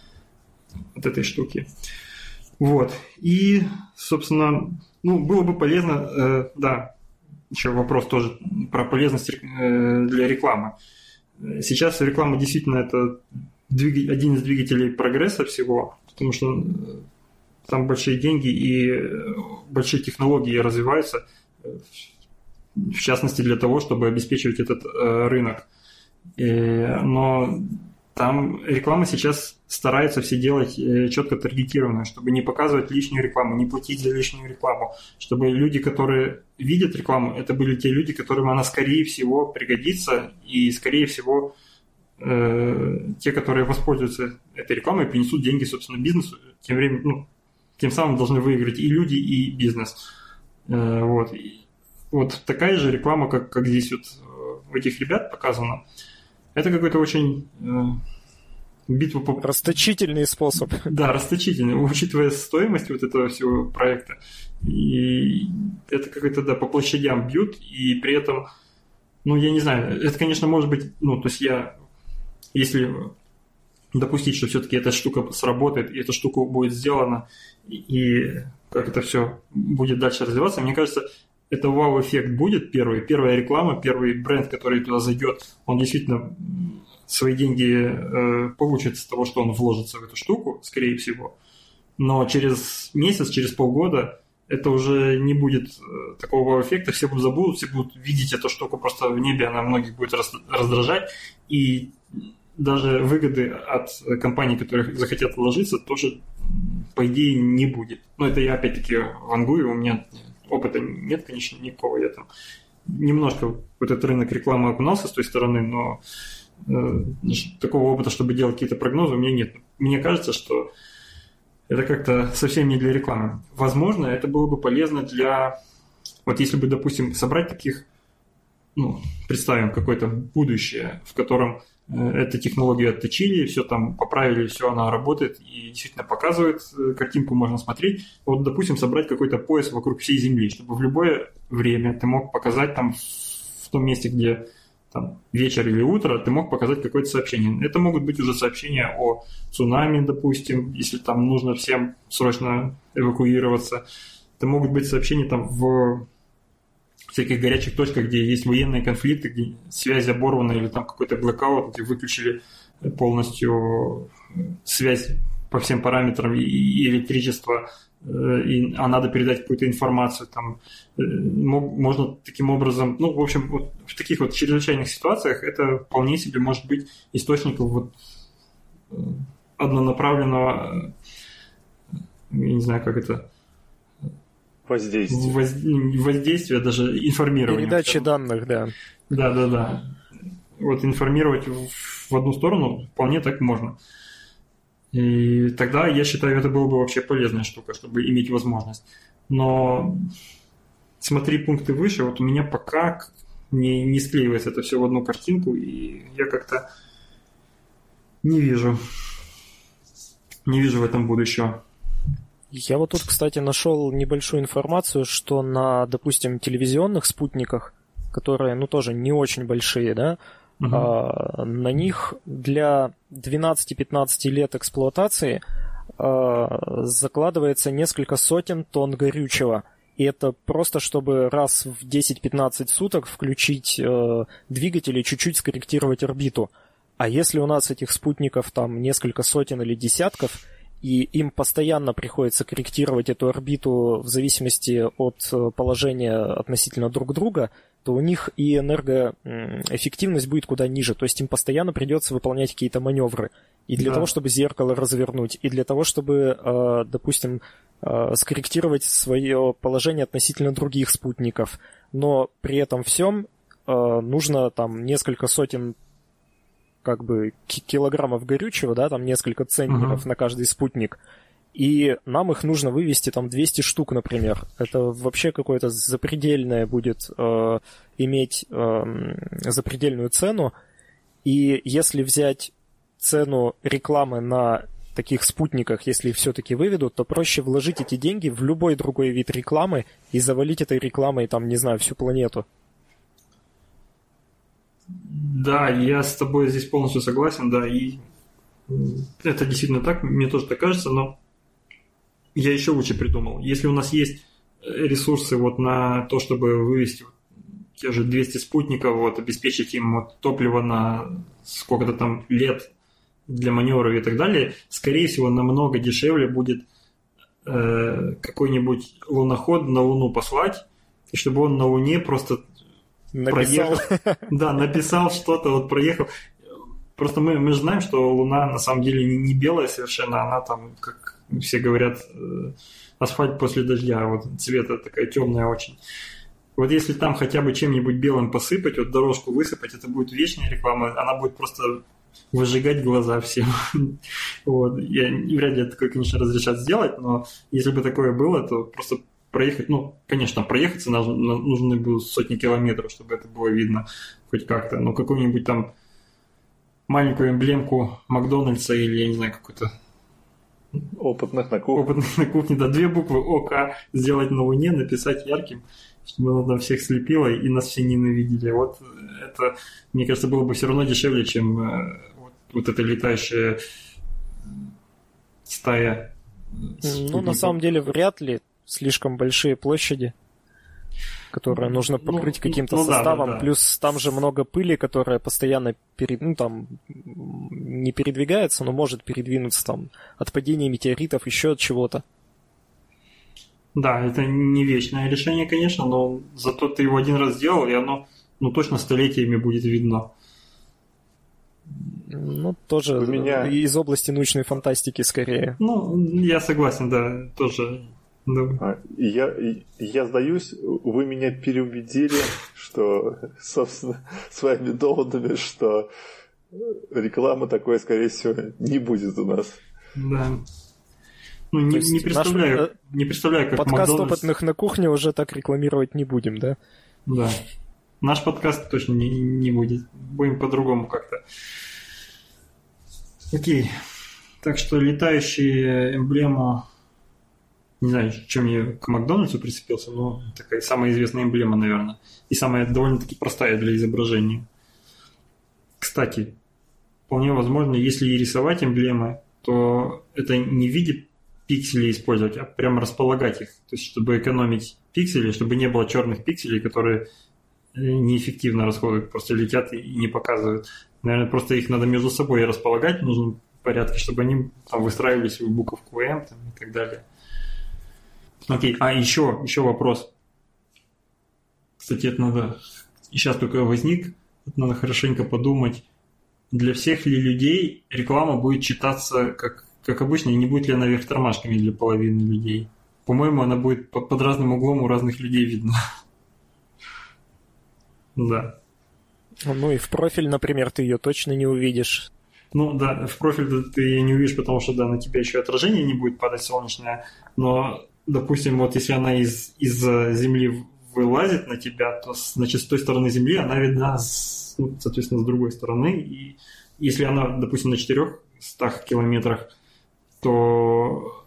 Speaker 1: от этой штуки. Вот. И, собственно, ну, было бы полезно, э, да, еще вопрос тоже про полезность э, для рекламы. Сейчас реклама действительно это двиг... один из двигателей прогресса всего, потому что там большие деньги и большие технологии развиваются, в частности для того, чтобы обеспечивать этот э, рынок. И, но там реклама сейчас старается все делать э, четко таргетированно, чтобы не показывать лишнюю рекламу, не платить за лишнюю рекламу, чтобы люди, которые видят рекламу, это были те люди, которым она скорее всего пригодится, и скорее всего э, те, которые воспользуются этой рекламой, принесут деньги, собственно, бизнесу, тем временем, ну, тем самым должны выиграть и люди, и бизнес. Э, вот. Вот такая же реклама, как, как здесь вот у этих ребят показано, это какой-то очень э, битва по...
Speaker 3: Расточительный способ.
Speaker 1: Да, расточительный, учитывая стоимость вот этого всего проекта. И это какой-то, да, по площадям бьют, и при этом, ну, я не знаю, это, конечно, может быть, ну, то есть я, если допустить, что все-таки эта штука сработает, и эта штука будет сделана, и как это все будет дальше развиваться, мне кажется, это вау-эффект будет первый. Первая реклама, первый бренд, который туда зайдет, он действительно свои деньги э, получит с того, что он вложится в эту штуку, скорее всего. Но через месяц, через полгода это уже не будет э, такого вау-эффекта, все будут забудут, все будут видеть эту штуку просто в небе, она многих будет раздражать. И даже выгоды от компаний, которые захотят вложиться, тоже, по идее, не будет. Но это я опять-таки вангую, у меня... Опыта нет, конечно, никакого. Я там немножко в этот рынок рекламы окунался с той стороны, но э, такого опыта, чтобы делать какие-то прогнозы, у меня нет. Мне кажется, что это как-то совсем не для рекламы. Возможно, это было бы полезно для... Вот если бы, допустим, собрать таких... Ну, представим какое-то будущее, в котором эту технологию отточили, все там поправили, все, она работает и действительно показывает, картинку можно смотреть. Вот, допустим, собрать какой-то пояс вокруг всей Земли, чтобы в любое время ты мог показать там в том месте, где там вечер или утро, ты мог показать какое-то сообщение. Это могут быть уже сообщения о цунами, допустим, если там нужно всем срочно эвакуироваться. Это могут быть сообщения там в всяких горячих точках, где есть военные конфликты, где связь оборвана или там какой-то блэкаут, где выключили полностью связь по всем параметрам и, и электричество, и, а надо передать какую-то информацию. Там, можно таким образом... Ну, в общем, вот в таких вот чрезвычайных ситуациях это вполне себе может быть источником вот однонаправленного, я не знаю, как это...
Speaker 2: Воздействие.
Speaker 1: Воз... Воздействие, даже информирование.
Speaker 3: Передачи данных, да.
Speaker 1: Да, да, да. Вот информировать в одну сторону вполне так можно. И тогда, я считаю, это было бы вообще полезная штука, чтобы иметь возможность. Но смотри пункты выше, вот у меня пока не, не склеивается это все в одну картинку, и я как-то не вижу. Не вижу в этом будущего.
Speaker 3: Я вот тут, кстати, нашел небольшую информацию, что на, допустим, телевизионных спутниках, которые, ну, тоже не очень большие, да, uh-huh. а, на них для двенадцати-пятнадцати лет эксплуатации а, закладывается несколько сотен тонн горючего. И это просто, чтобы раз в десять-пятнадцать суток включить а, двигатель и чуть-чуть скорректировать орбиту. А если у нас этих спутников там несколько сотен или десятков, и им постоянно приходится корректировать эту орбиту в зависимости от положения относительно друг друга, то у них и энергоэффективность будет куда ниже. То есть им постоянно придется выполнять какие-то маневры. И для да. того, чтобы зеркало развернуть, и для того, чтобы, допустим, скорректировать свое положение относительно других спутников. Но при этом всем нужно там несколько сотен как бы килограммов горючего, да, там несколько центнеров uh-huh. на каждый спутник, и нам их нужно вывести там двести штук, например. Это вообще какое-то запредельное будет э, иметь э, запредельную цену, и если взять цену рекламы на таких спутниках, если их все-таки выведут, то проще вложить эти деньги в любой другой вид рекламы и завалить этой рекламой, там, не знаю, всю планету.
Speaker 1: Да, я с тобой здесь полностью согласен, да, и это действительно так, мне тоже так кажется, но я еще лучше придумал. Если у нас есть ресурсы вот на то, чтобы вывести те же двести спутников, вот, обеспечить им вот топливо на сколько-то там лет для маневров и так далее, скорее всего, намного дешевле будет э, какой-нибудь луноход на Луну послать, и чтобы он на Луне просто...
Speaker 3: Написал.
Speaker 1: Проехал, да, написал что-то, вот проехал. Просто мы, мы же знаем, что Луна на самом деле не, не белая совершенно, она там, как все говорят, асфальт после дождя, вот цвета такая темная очень. Вот если там хотя бы чем-нибудь белым посыпать, вот дорожку высыпать, это будет вечная реклама, она будет просто выжигать глаза всем. Вот. Я вряд ли такое, конечно, разрешат сделать, но если бы такое было, то просто проехать, ну, конечно, проехаться нужны, нужны будут сотни километров, чтобы это было видно хоть как-то, но какую-нибудь там маленькую эмблемку Макдональдса или, я не знаю, какую-то
Speaker 2: опытных на кухне.
Speaker 1: Опытных на кухне, да, две буквы ОК сделать на Луне, написать ярким, чтобы оно там всех слепило и нас все ненавидели. Вот это, мне кажется, было бы все равно дешевле, чем вот, вот эта летающая стая.
Speaker 3: Ну, на самом деле, вряд ли. Слишком большие площади, которые нужно покрыть ну, каким-то ну, составом, да, да, да. Плюс там же много пыли, которая постоянно перед, ну, там, не передвигается, но может передвинуться там от падения метеоритов, еще от чего-то.
Speaker 1: Да, это не вечное решение, конечно, но зато ты его один раз сделал, и оно ну, точно столетиями будет видно.
Speaker 3: Ну, тоже У меня... из области научной фантастики скорее.
Speaker 1: Ну, я согласен, да, тоже...
Speaker 2: Да. Я, я сдаюсь, вы меня переубедили, что, собственно, своими доводами, что рекламы такой, скорее всего, не будет у нас.
Speaker 1: Да. Ну, не, не представляю, наш, не представляю, как
Speaker 3: подкаст
Speaker 1: Макдональдс...
Speaker 3: опытных на кухне уже так рекламировать не будем, да?
Speaker 1: Да. Наш подкаст точно не, не будет. Будем по-другому как-то. Окей. Так что летающая эмблема... Не знаю, чем я к Макдональдсу прицепился, но такая самая известная эмблема, наверное. И самая довольно-таки простая для изображения. Кстати, вполне возможно, если и рисовать эмблемы, то это не в виде пикселей использовать, а прямо располагать их. То есть, чтобы экономить пиксели, чтобы не было черных пикселей, которые неэффективно расходуют, просто летят и не показывают. Наверное, просто их надо между собой располагать в нужном порядке, чтобы они там выстраивались в буковку М там, и так далее. Окей, а еще, еще вопрос. Кстати, это надо... И сейчас только возник, это надо хорошенько подумать. Для всех ли людей реклама будет читаться как, как обычно, и не будет ли она вверх тормашками для половины людей? По-моему, она будет под, под разным углом у разных людей видна. Да.
Speaker 3: Ну и в профиль, например, ты ее точно не увидишь.
Speaker 1: Ну да, в профиль ты ее не увидишь, потому что да, на тебя еще отражение не будет падать солнечное, но... Допустим, вот если она из, из Земли вылазит на тебя, то, значит, с той стороны Земли она видна, с, ну, соответственно, с другой стороны. И если она, допустим, на четырехстах километрах, то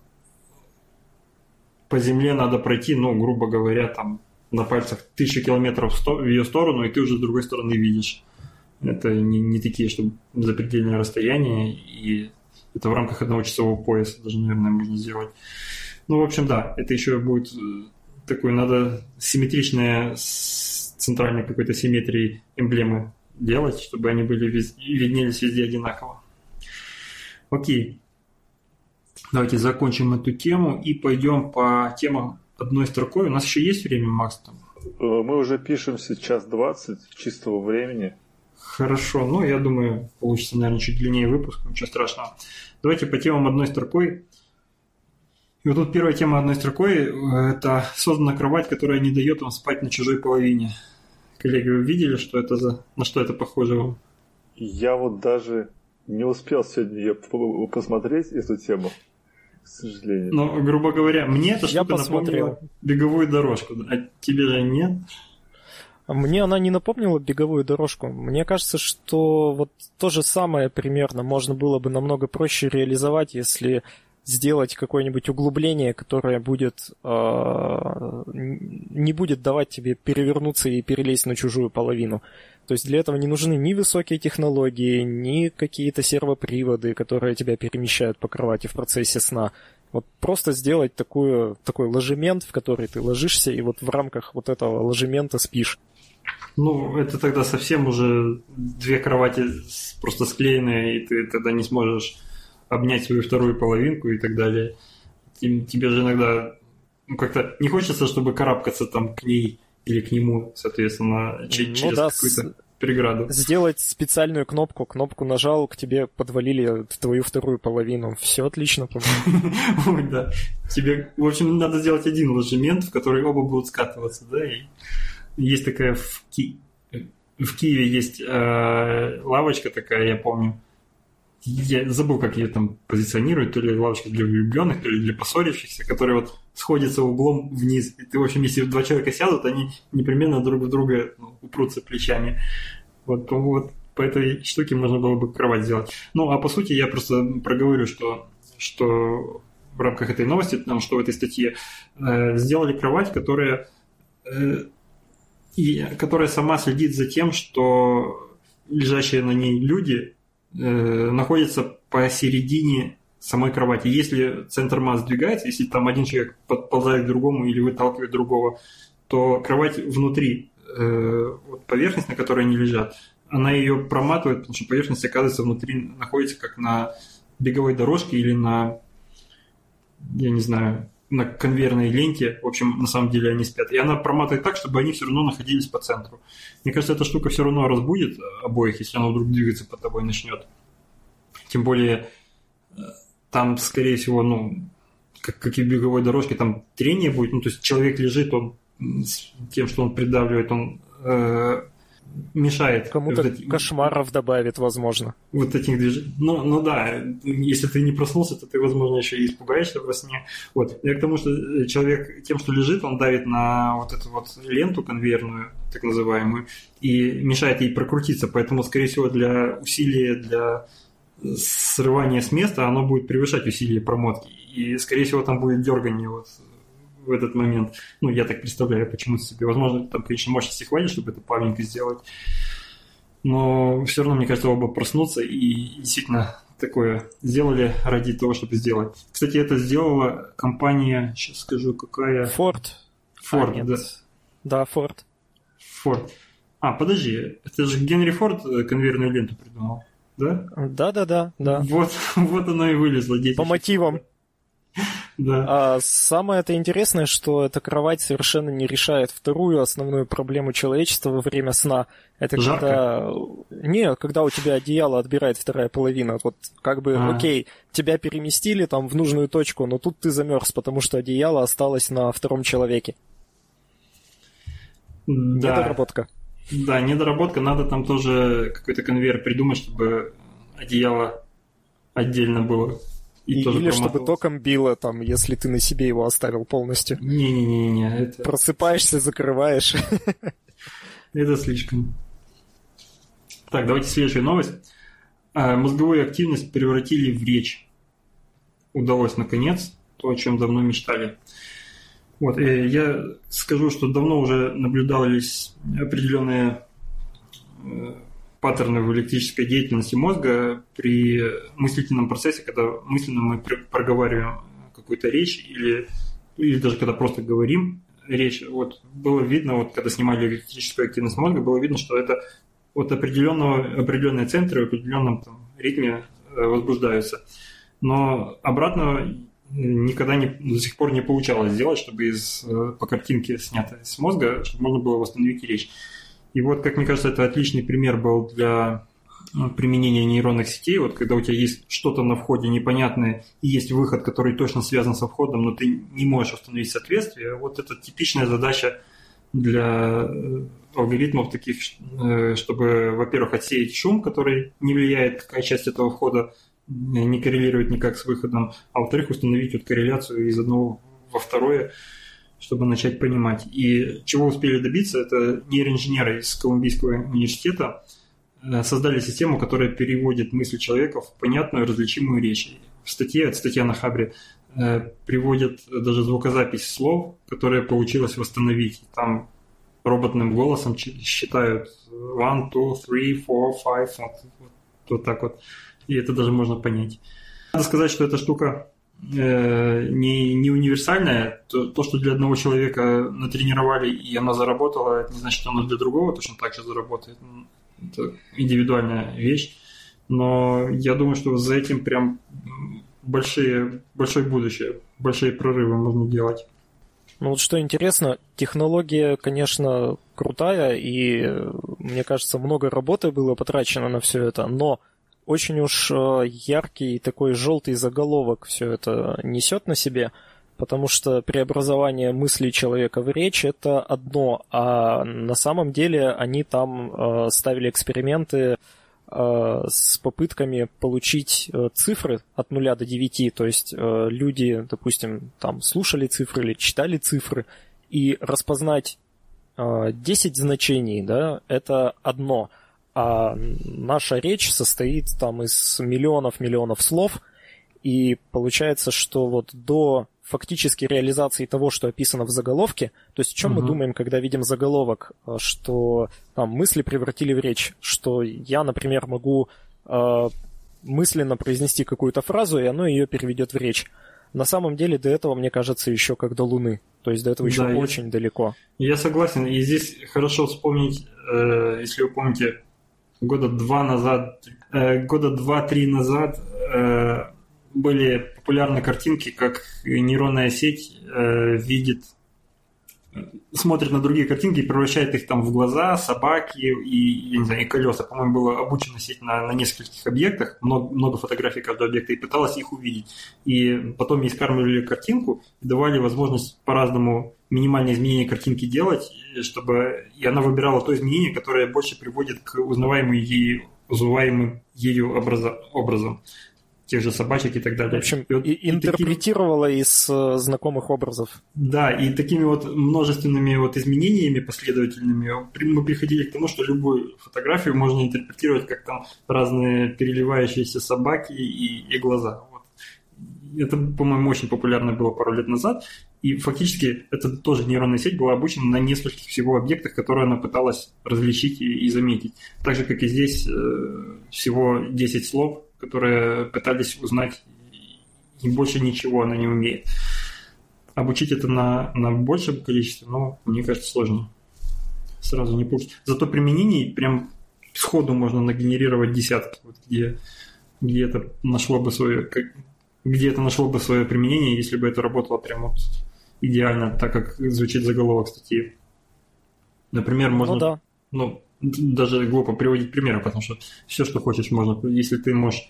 Speaker 1: по Земле надо пройти, ну, грубо говоря, там на пальцах тысячу километров в ее сторону, и ты уже с другой стороны видишь. Это не, не такие, чтобы запредельные расстояния, и это в рамках одного часового пояса даже, наверное, можно сделать. Ну, в общем, да, это еще будет такой, надо симметричные с центральной какой-то симметрией эмблемы делать, чтобы они были вез... виднелись везде одинаково. Окей. Давайте закончим эту тему и пойдем по темам одной строкой. У нас еще есть время, Макс? Там?
Speaker 2: Мы уже пишем сейчас двадцать чистого времени.
Speaker 1: Хорошо, ну я думаю, получится, наверное, чуть длиннее выпуск, ничего страшного. Давайте по темам одной строкой. И вот тут первая тема одной строкой – это создана кровать, которая не дает вам спать на чужой половине. Коллеги, вы видели, что это за, на что это похоже вам?
Speaker 2: Я вот даже не успел сегодня посмотреть эту тему, к сожалению.
Speaker 1: Но, грубо говоря, мне эта штука напомнила беговую дорожку, а тебе же нет?
Speaker 3: Мне она не напомнила беговую дорожку. Мне кажется, что вот то же самое примерно можно было бы намного проще реализовать, если сделать какое-нибудь углубление, которое будет э, не будет давать тебе перевернуться и перелезть на чужую половину. То есть для этого не нужны ни высокие технологии, ни какие-то сервоприводы, которые тебя перемещают по кровати в процессе сна. Вот просто сделать такую, такой ложемент, в который ты ложишься, и вот в рамках вот этого ложемента спишь.
Speaker 1: Ну, это тогда совсем уже две кровати просто склеенные, и ты тогда не сможешь обнять свою вторую половинку и так далее. Тебе же иногда ну, как-то не хочется, чтобы карабкаться там к ней или к нему, соответственно, через ну, да, какую-то преграду.
Speaker 3: Сделать специальную кнопку, кнопку нажал, к тебе подвалили твою вторую половину. Все отлично,
Speaker 1: по-моему. Да. Тебе, в общем, надо сделать один ложемент, в который оба будут скатываться, да, и есть такая в, Ки... в Киеве есть э, лавочка такая, я помню. Я забыл, как ее там позиционируют, то ли лавочка для влюбленных, то ли для поссорившихся, которые вот сходятся углом вниз. И ты, в общем, если два человека сядут, они непременно друг в друга ну, упрутся плечами. Вот, вот по этой штуке можно было бы кровать сделать. Ну, а по сути я просто проговорю, что, что в рамках этой новости, там, что в этой статье, э, сделали кровать, которая, э, и, которая сама следит за тем, что лежащие на ней люди находится посередине самой кровати. Если центр масс сдвигается, если там один человек подползает к другому или выталкивает другого, то кровать внутри, э, вот поверхность, на которой они лежат, она ее проматывает, потому что поверхность, оказывается, внутри находится как на беговой дорожке или на, я не знаю, на конвейерной ленте. В общем, на самом деле они спят. И она проматывает так, чтобы они все равно находились по центру. Мне кажется, эта штука все равно разбудит обоих, если она вдруг двигаться под тобой начнет. Тем более, там, скорее всего, ну, как, как и в беговой дорожке, там трение будет. Ну, то есть человек лежит, он тем, что он придавливает, он э, мешает.
Speaker 3: Кому-то вот эти, кошмаров добавит, возможно.
Speaker 1: Вот этих движений. Ну, ну да, если ты не проснулся, то ты, возможно, еще и испугаешься во сне. Вот. Я к тому, что человек тем, что лежит, он давит на вот эту вот ленту конвейерную, так называемую, и мешает ей прокрутиться. Поэтому, скорее всего, для усилия, для срывания с места оно будет превышать усилие промотки. И, скорее всего, там будет дергание вот в этот момент. Ну, я так представляю, почему-то себе. Возможно, там, конечно, мощности хватит, чтобы это плавненько сделать. Но все равно, мне кажется, оба проснутся и действительно такое сделали ради того, чтобы сделать. Кстати, это сделала компания, сейчас скажу, какая...
Speaker 3: Ford.
Speaker 1: Ford,
Speaker 3: а,
Speaker 1: да.
Speaker 3: Да, Ford.
Speaker 1: Ford. А, подожди, это же Генри Форд конвейерную ленту придумал, да?
Speaker 3: Да-да-да. да.
Speaker 1: Вот, вот оно и вылезло.
Speaker 3: По мотивам.
Speaker 1: Да.
Speaker 3: А самое это интересное, что эта кровать совершенно не решает вторую основную проблему человечества во время сна. Это
Speaker 1: жарко?
Speaker 3: Когда... Не, когда у тебя одеяло отбирает вторая половина. Вот как бы, А-а-а. окей, тебя переместили там в нужную точку, но тут ты замерз, потому что одеяло осталось на втором человеке.
Speaker 1: Да.
Speaker 3: Недоработка.
Speaker 1: Да, недоработка. Надо там тоже какой-то конвейер придумать, чтобы одеяло отдельно было. И
Speaker 3: И, или чтобы током било, там, если ты на себе его оставил полностью.
Speaker 1: Не-не-не. Это...
Speaker 3: Просыпаешься, закрываешь.
Speaker 1: Это слишком. Так, давайте следующая новость. Мозговую активность превратили в речь. Удалось, наконец, то, о чем давно мечтали. Вот, и я скажу, что давно уже наблюдались определенные паттерны в электрической деятельности мозга при мыслительном процессе, когда мысленно мы проговариваем какую-то речь или, или даже когда просто говорим речь. Вот было видно, вот когда снимали электрическую активность мозга, было видно, что это от определенного, определенные центры в определенном там, ритме возбуждаются. но обратно никогда не, до сих пор не получалось сделать, чтобы из, по картинке, снятой с мозга, чтобы можно было восстановить речь. И вот, как мне кажется, это отличный пример был для применения нейронных сетей. Вот когда у тебя есть что-то на входе непонятное и есть выход, который точно связан со входом, но ты не можешь установить соответствие, вот это типичная задача для алгоритмов таких, чтобы, во-первых, отсеять шум, который не влияет, какая часть этого входа не коррелирует никак с выходом, а во-вторых, установить вот корреляцию из одного во второе, чтобы начать понимать. И чего успели добиться, это нейроинженеры из Колумбийского университета создали систему, которая переводит мысли человека в понятную, различимую речь. В статье, это статья на Хабре, приводят даже звукозапись слов, которая получилось восстановить. Там роботным голосом считают one, two, three, four, five, вот, вот, вот так вот. И это даже можно понять. Надо сказать, что эта штука э, не, не универсальная. То, то, что для одного человека натренировали и она заработала, это не значит, что она для другого точно так же заработает. Это индивидуальная вещь. Но я думаю, что за этим прям большие, большое будущее, большие прорывы можно делать.
Speaker 3: Ну вот что интересно, технология, конечно, крутая, и, мне кажется, много работы было потрачено на все это, но очень уж яркий такой желтый заголовок все это несет на себе, потому что преобразование мыслей человека в речь – это одно, а на самом деле они там ставили эксперименты с попытками получить цифры от нуля до девяти, то есть люди, допустим, там слушали цифры или читали цифры, и распознать десять значений, да, это одно, а наша речь состоит там из миллионов-миллионов слов, и получается, что вот до фактически реализации того, что описано в заголовке, то есть о чем uh-huh. мы думаем, когда видим заголовок, что там мысли превратили в речь, что я, например, могу э, мысленно произнести какую-то фразу, и оно ее переведет в речь. На самом деле до этого, мне кажется, еще как до Луны, то есть до этого еще да, очень я, далеко.
Speaker 1: Я согласен, и здесь хорошо вспомнить, э, если вы помните, года два назад, э, года два-три назад э, были популярны картинки, как нейронная сеть э, видит, смотрит на другие картинки и превращает их там в глаза, собаки и, я не знаю, и колеса. По-моему, была обучена сеть на, на нескольких объектах, много, много фотографий каждого объекта, и пыталась их увидеть. И потом ей скармливали картинку и давали возможность по-разному минимальные изменения картинки делать, чтобы и она выбирала то изменение, которое больше приводит к узнаваемым ею, узнаваемым ею образа, образом. Тех же собачек и так далее.
Speaker 3: В общем, и вот, и интерпретировала и таким... из э, знакомых образов.
Speaker 1: Да, и такими вот множественными вот изменениями последовательными мы приходили к тому, что любую фотографию можно интерпретировать как там разные переливающиеся собаки и, и глаза. Вот. Это, по-моему, очень популярно было пару лет назад. И фактически это тоже нейронная сеть была обучена на нескольких всего объектах, которые она пыталась различить и, и заметить. Так же, как и здесь, э, всего десять слов, которые пытались узнать, и больше ничего она не умеет. Обучить это на, на большее количество, но, мне кажется, сложно. Сразу не получится. Зато применений прям сходу можно нагенерировать десятки, вот где, где это нашло бы свое, где это нашло бы свое применение, если бы это работало прям вот идеально, так как звучит заголовок статьи. Например, можно...
Speaker 3: Ну да.
Speaker 1: Ну, даже глупо приводить примеры, потому что все, что хочешь, можно. Если ты можешь,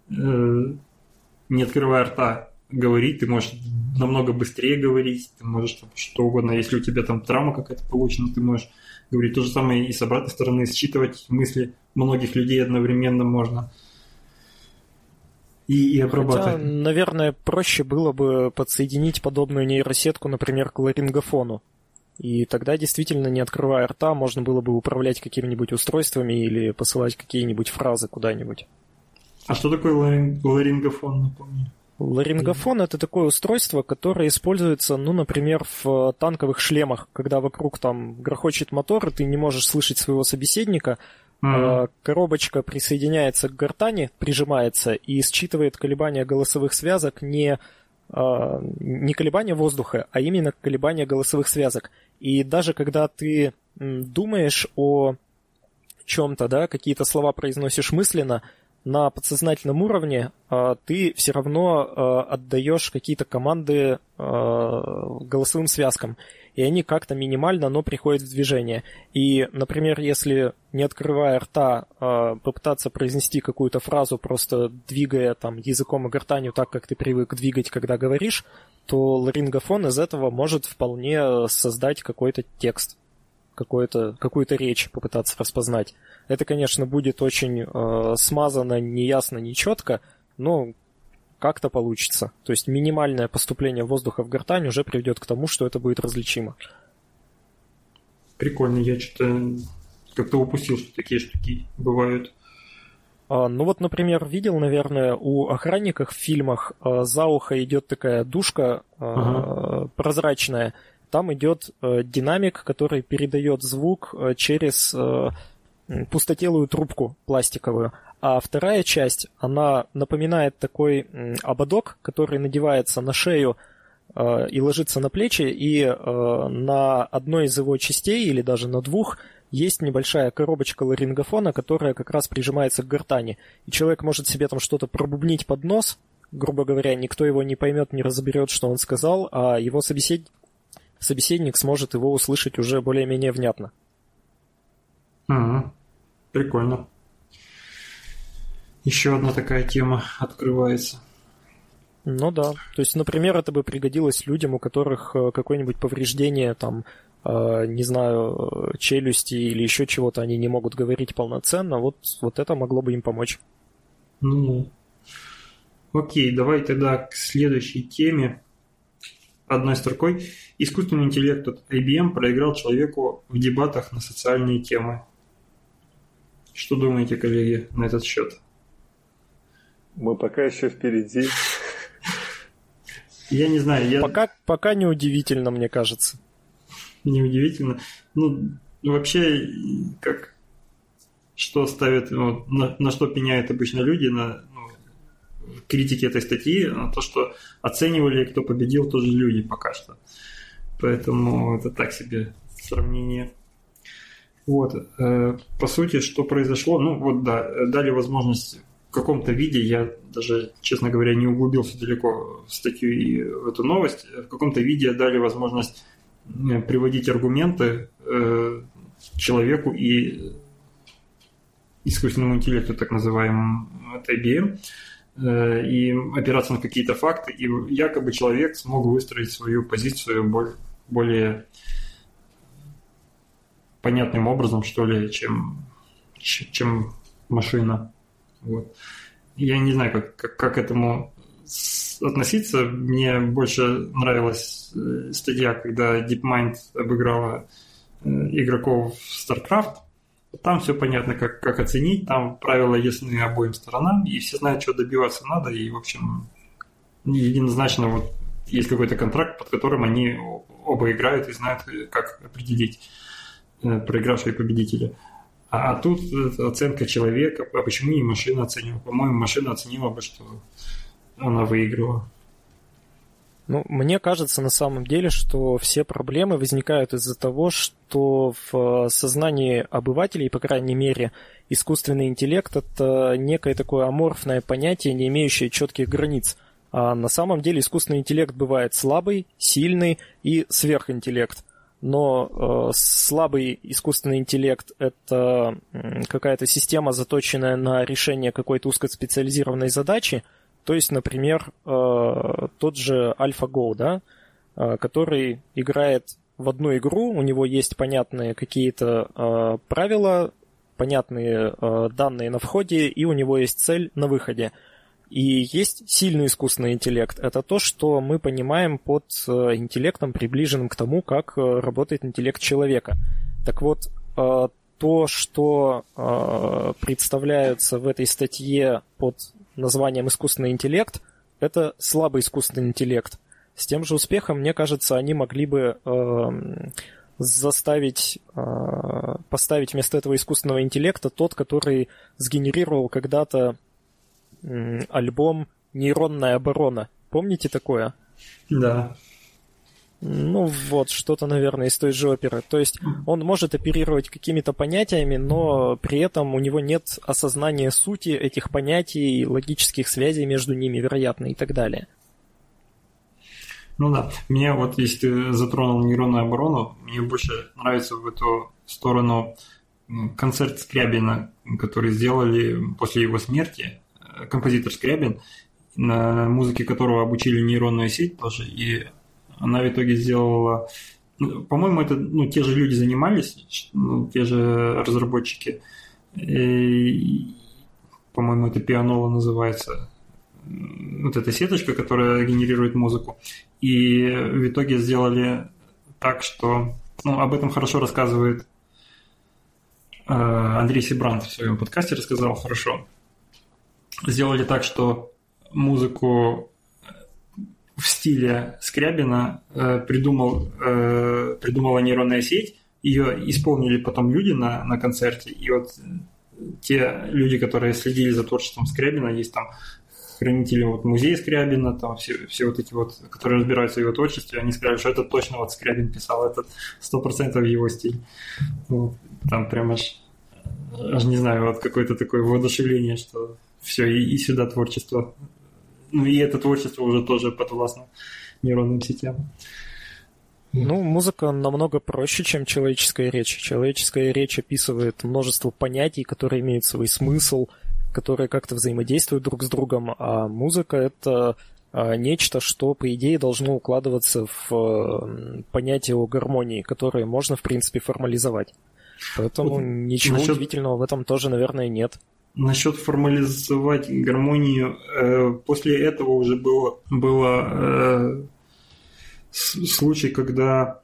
Speaker 1: э, не открывая рта, говорить, ты можешь намного быстрее говорить, ты можешь что угодно. Если у тебя там травма какая-то получена, ты можешь говорить. То же самое и с обратной стороны, считывать мысли многих людей одновременно можно. И, и обрабатывать.
Speaker 3: Хотя, наверное, проще было бы подсоединить подобную нейросетку, например, к ларингофону. И тогда, действительно, не открывая рта, можно было бы управлять какими-нибудь устройствами или посылать какие-нибудь фразы куда-нибудь.
Speaker 1: А что такое ларингофон, напомню?
Speaker 3: Ларингофон – это такое устройство, которое используется, ну, например, в танковых шлемах, когда вокруг там грохочет мотор, и ты не можешь слышать своего собеседника, mm-hmm. коробочка присоединяется к гортани, прижимается и считывает колебания голосовых связок не... не колебания воздуха, а именно колебания голосовых связок. И даже когда ты думаешь о чем-то, да, какие-то слова произносишь мысленно, на подсознательном уровне э, ты все равно э, отдаешь какие-то команды э, голосовым связкам, и они как-то минимально, но приходят в движение. И, например, если, не открывая рта, э, попытаться произнести какую-то фразу, просто двигая там языком и гортанью так, как ты привык двигать, когда говоришь, то ларингофон из этого может вполне создать какой-то текст, какую-то, какую-то речь попытаться распознать. Это, конечно, будет очень э, смазано, неясно, нечетко, но как-то получится. То есть минимальное поступление воздуха в гортань уже приведет к тому, что это будет различимо.
Speaker 1: Прикольно, я что-то как-то упустил, что такие штуки бывают.
Speaker 3: А, ну вот, например, видел, наверное, у охранников в фильмах а, за ухо идет такая дужка а, ага. прозрачная. Там идет а, динамик, который передает звук а, через а, пустотелую трубку пластиковую. А вторая часть, она напоминает такой м, ободок, который надевается на шею э, и ложится на плечи, и э, на одной из его частей, или даже на двух, есть небольшая коробочка ларингофона, которая как раз прижимается к гортани. И человек может себе там что-то пробубнить под нос, грубо говоря, никто его не поймет, не разберет, что он сказал, а его собесед... собеседник сможет его услышать уже более-менее внятно.
Speaker 1: Угу. Прикольно. Еще одна такая тема открывается.
Speaker 3: Ну да. То есть, например, это бы пригодилось людям, у которых какое-нибудь повреждение, там, э, не знаю, челюсти или еще чего-то, они не могут говорить полноценно. Вот, вот это могло бы им помочь.
Speaker 1: Ну, окей, давай тогда к следующей теме. Одной строкой. Искусственный интеллект от ай би эм проиграл человеку в дебатах на социальные темы. Что думаете, коллеги, на этот счет?
Speaker 2: Мы пока еще впереди.
Speaker 1: Я не знаю. Я...
Speaker 3: Пока, пока не удивительно, мне кажется.
Speaker 1: Не удивительно. Ну, вообще, как... Что ставят, ну, на, на что пеняют обычно люди, на ну, критики этой статьи, на то, что оценивали, кто победил, тоже люди пока что. Поэтому это так себе сравнение. Вот. По сути, что произошло, ну вот да, дали возможность в каком-то виде, я даже, честно говоря, не углубился далеко в статью и в эту новость, в каком-то виде дали возможность приводить аргументы человеку и искусственному интеллекту, так называемому, от ай би эм, и опираться на какие-то факты, и якобы человек смог выстроить свою позицию более, более понятным образом, что ли, чем, чем машина. Вот. Я не знаю, как, как, как к этому относиться. Мне больше нравилась статья, когда DeepMind обыграла игроков в StarCraft. Там все понятно, как, как оценить, там правила ясны обоим сторонам, и все знают, чего добиваться надо, и, в общем, единозначно вот есть какой-то контракт, под которым они оба играют и знают, как определить проигравшего и победителя. А, а тут оценка человека, а почему не машина оценила? По-моему, машина оценила бы, что она выиграла.
Speaker 3: Ну, мне кажется, на самом деле, что все проблемы возникают из-за того, что в сознании обывателей, по крайней мере, искусственный интеллект – это некое такое аморфное понятие, не имеющее четких границ. А на самом деле искусственный интеллект бывает слабый, сильный и сверхинтеллект. Но э, слабый искусственный интеллект – это какая-то система, заточенная на решение какой-то узкоспециализированной задачи. То есть, например, э, тот же AlphaGo, да, э, который играет в одну игру, у него есть понятные какие-то э, правила, понятные э, данные на входе, и у него есть цель на выходе. И есть сильный искусственный интеллект. Это то, что мы понимаем под э, интеллектом, приближенным к тому, как э, работает интеллект человека. Так вот, э, то, что э, представляется в этой статье под названием «искусственный интеллект», это слабый искусственный интеллект. С тем же успехом, мне кажется, они могли бы э, заставить, э, поставить вместо этого искусственного интеллекта тот, который сгенерировал когда-то э, альбом «Нейронная оборона». Помните такое?
Speaker 1: Да.
Speaker 3: Ну вот, что-то, наверное, из той же оперы. То есть он может оперировать какими-то понятиями, но при этом у него нет осознания сути этих понятий, логических связей между ними, вероятно, и так далее.
Speaker 1: Ну да, мне вот, если ты затронул нейронную оборону, мне больше нравится в эту сторону концерт Скрябина, который сделали после его смерти, композитор Скрябин, на музыке которого обучили нейронную сеть тоже, и она в итоге сделала... Ну, по-моему, это ну, те же люди занимались, ну, те же разработчики. И, по-моему, это Pianola называется. Вот эта сеточка, которая генерирует музыку. И в итоге сделали так, что... Ну, об этом хорошо рассказывает э, Андрей Сибрант в своем подкасте, рассказал хорошо. Сделали так, что музыку в стиле Скрябина э, придумал, э, придумала нейронная сеть, ее исполнили потом люди на, на концерте, и вот те люди, которые следили за творчеством Скрябина, есть там хранители вот, музея Скрябина, там все, все вот эти вот, которые разбираются в его творчестве, они сказали, что это точно вот Скрябин писал, это сто процентов его стиль. Вот, там прям аж, аж не знаю, вот какое-то такое воодушевление, что все, и, и сюда творчество. Ну и это творчество уже тоже подвластно нейронным сетям.
Speaker 3: Ну, музыка намного проще, чем человеческая речь. Человеческая речь описывает множество понятий, которые имеют свой смысл, которые как-то взаимодействуют друг с другом, а музыка — это нечто, что, по идее, должно укладываться в понятие о гармонии, которое можно, в принципе, формализовать. Поэтому вот ничего насчет... удивительного в этом тоже, наверное, нет.
Speaker 1: Насчет формализовать гармонию, э, после этого уже было, было э, случай, когда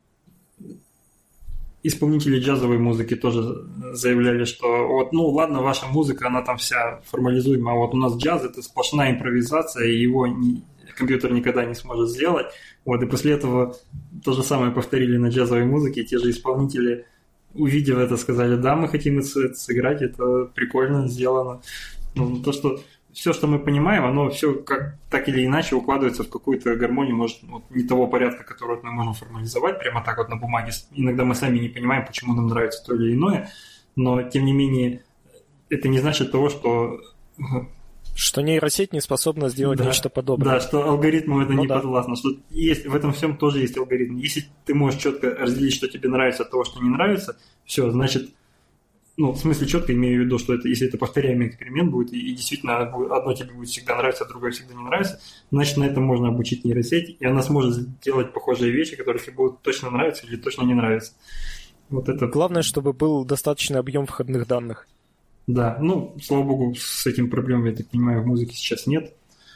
Speaker 1: исполнители джазовой музыки тоже заявляли, что вот, ну ладно, ваша музыка, она там вся формализуема, а вот у нас джаз — это сплошная импровизация, и его не, компьютер никогда не сможет сделать. Вот, и после этого то же самое повторили на джазовой музыке, те же исполнители, увидев это, сказали, да, мы хотим это сыграть, это прикольно сделано. Ну, то, что все, что мы понимаем, оно все как, так или иначе укладывается в какую-то гармонию, может, вот, не того порядка, который мы можем формализовать прямо так вот на бумаге. Иногда мы сами не понимаем, почему нам нравится то или иное, но, тем не менее, это не значит того, что...
Speaker 3: Что нейросеть не способна сделать
Speaker 1: да,
Speaker 3: нечто подобное.
Speaker 1: Да, что алгоритму это ну, не
Speaker 3: да.
Speaker 1: подвластно. Что есть, в этом всем тоже есть алгоритм. Если ты можешь четко разделить, что тебе нравится от того, что не нравится, все, значит, ну, в смысле четко имею в виду, что это, если это повторяемый эксперимент будет, и, и действительно одно тебе будет всегда нравиться, а другое всегда не нравится, значит, на этом можно обучить нейросеть, и она сможет сделать похожие вещи, которые тебе будут точно нравиться или точно не нравиться. Вот это...
Speaker 3: Главное, чтобы был достаточный объем входных данных.
Speaker 1: Да, ну, слава богу, с этим проблем, я так понимаю, в музыке сейчас нет.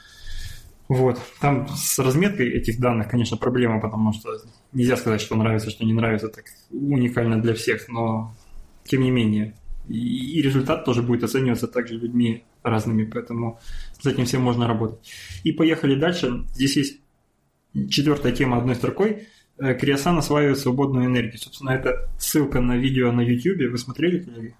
Speaker 1: Вот, там с разметкой этих данных, конечно, проблема, потому что нельзя сказать, что нравится, что не нравится, так уникально для всех, но тем не менее. И, и результат тоже будет оцениваться также людьми разными, поэтому с этим всем можно работать. И поехали дальше. Здесь есть четвертая тема одной строкой. Криосан осваивает свободную энергию. Собственно, это ссылка на видео на YouTube. Вы смотрели, коллеги?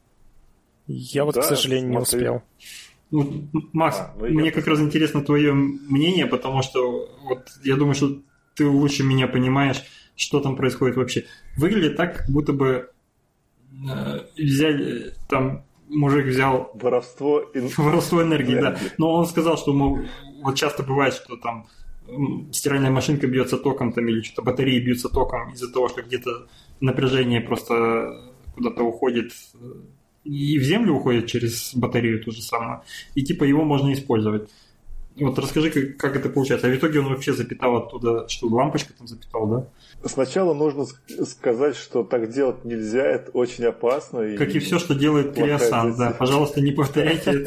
Speaker 3: Я вот,
Speaker 2: да,
Speaker 3: к сожалению, не успел.
Speaker 1: Ну, Макс, а, ну, мне как раз интересно твое мнение, потому что вот я думаю, что ты лучше меня понимаешь, что там происходит вообще. Выглядит так, как будто бы э, взяли, там мужик взял...
Speaker 2: Воровство, ин...
Speaker 1: Воровство энергии, да. Но он сказал, что, мол, вот часто бывает, что там стиральная машинка бьется током, там, или что-то батареи бьются током из-за того, что где-то напряжение просто куда-то уходит... И в землю уходит через батарею то же самое. И типа его можно использовать. Вот расскажи, как, как это получается. А в итоге он вообще запитал оттуда, что лампочка там запитал, да?
Speaker 2: Сначала нужно сказать, что так делать нельзя, это очень опасно.
Speaker 1: Как и, и все, что делает Криосан, да. Пожалуйста, не повторяйте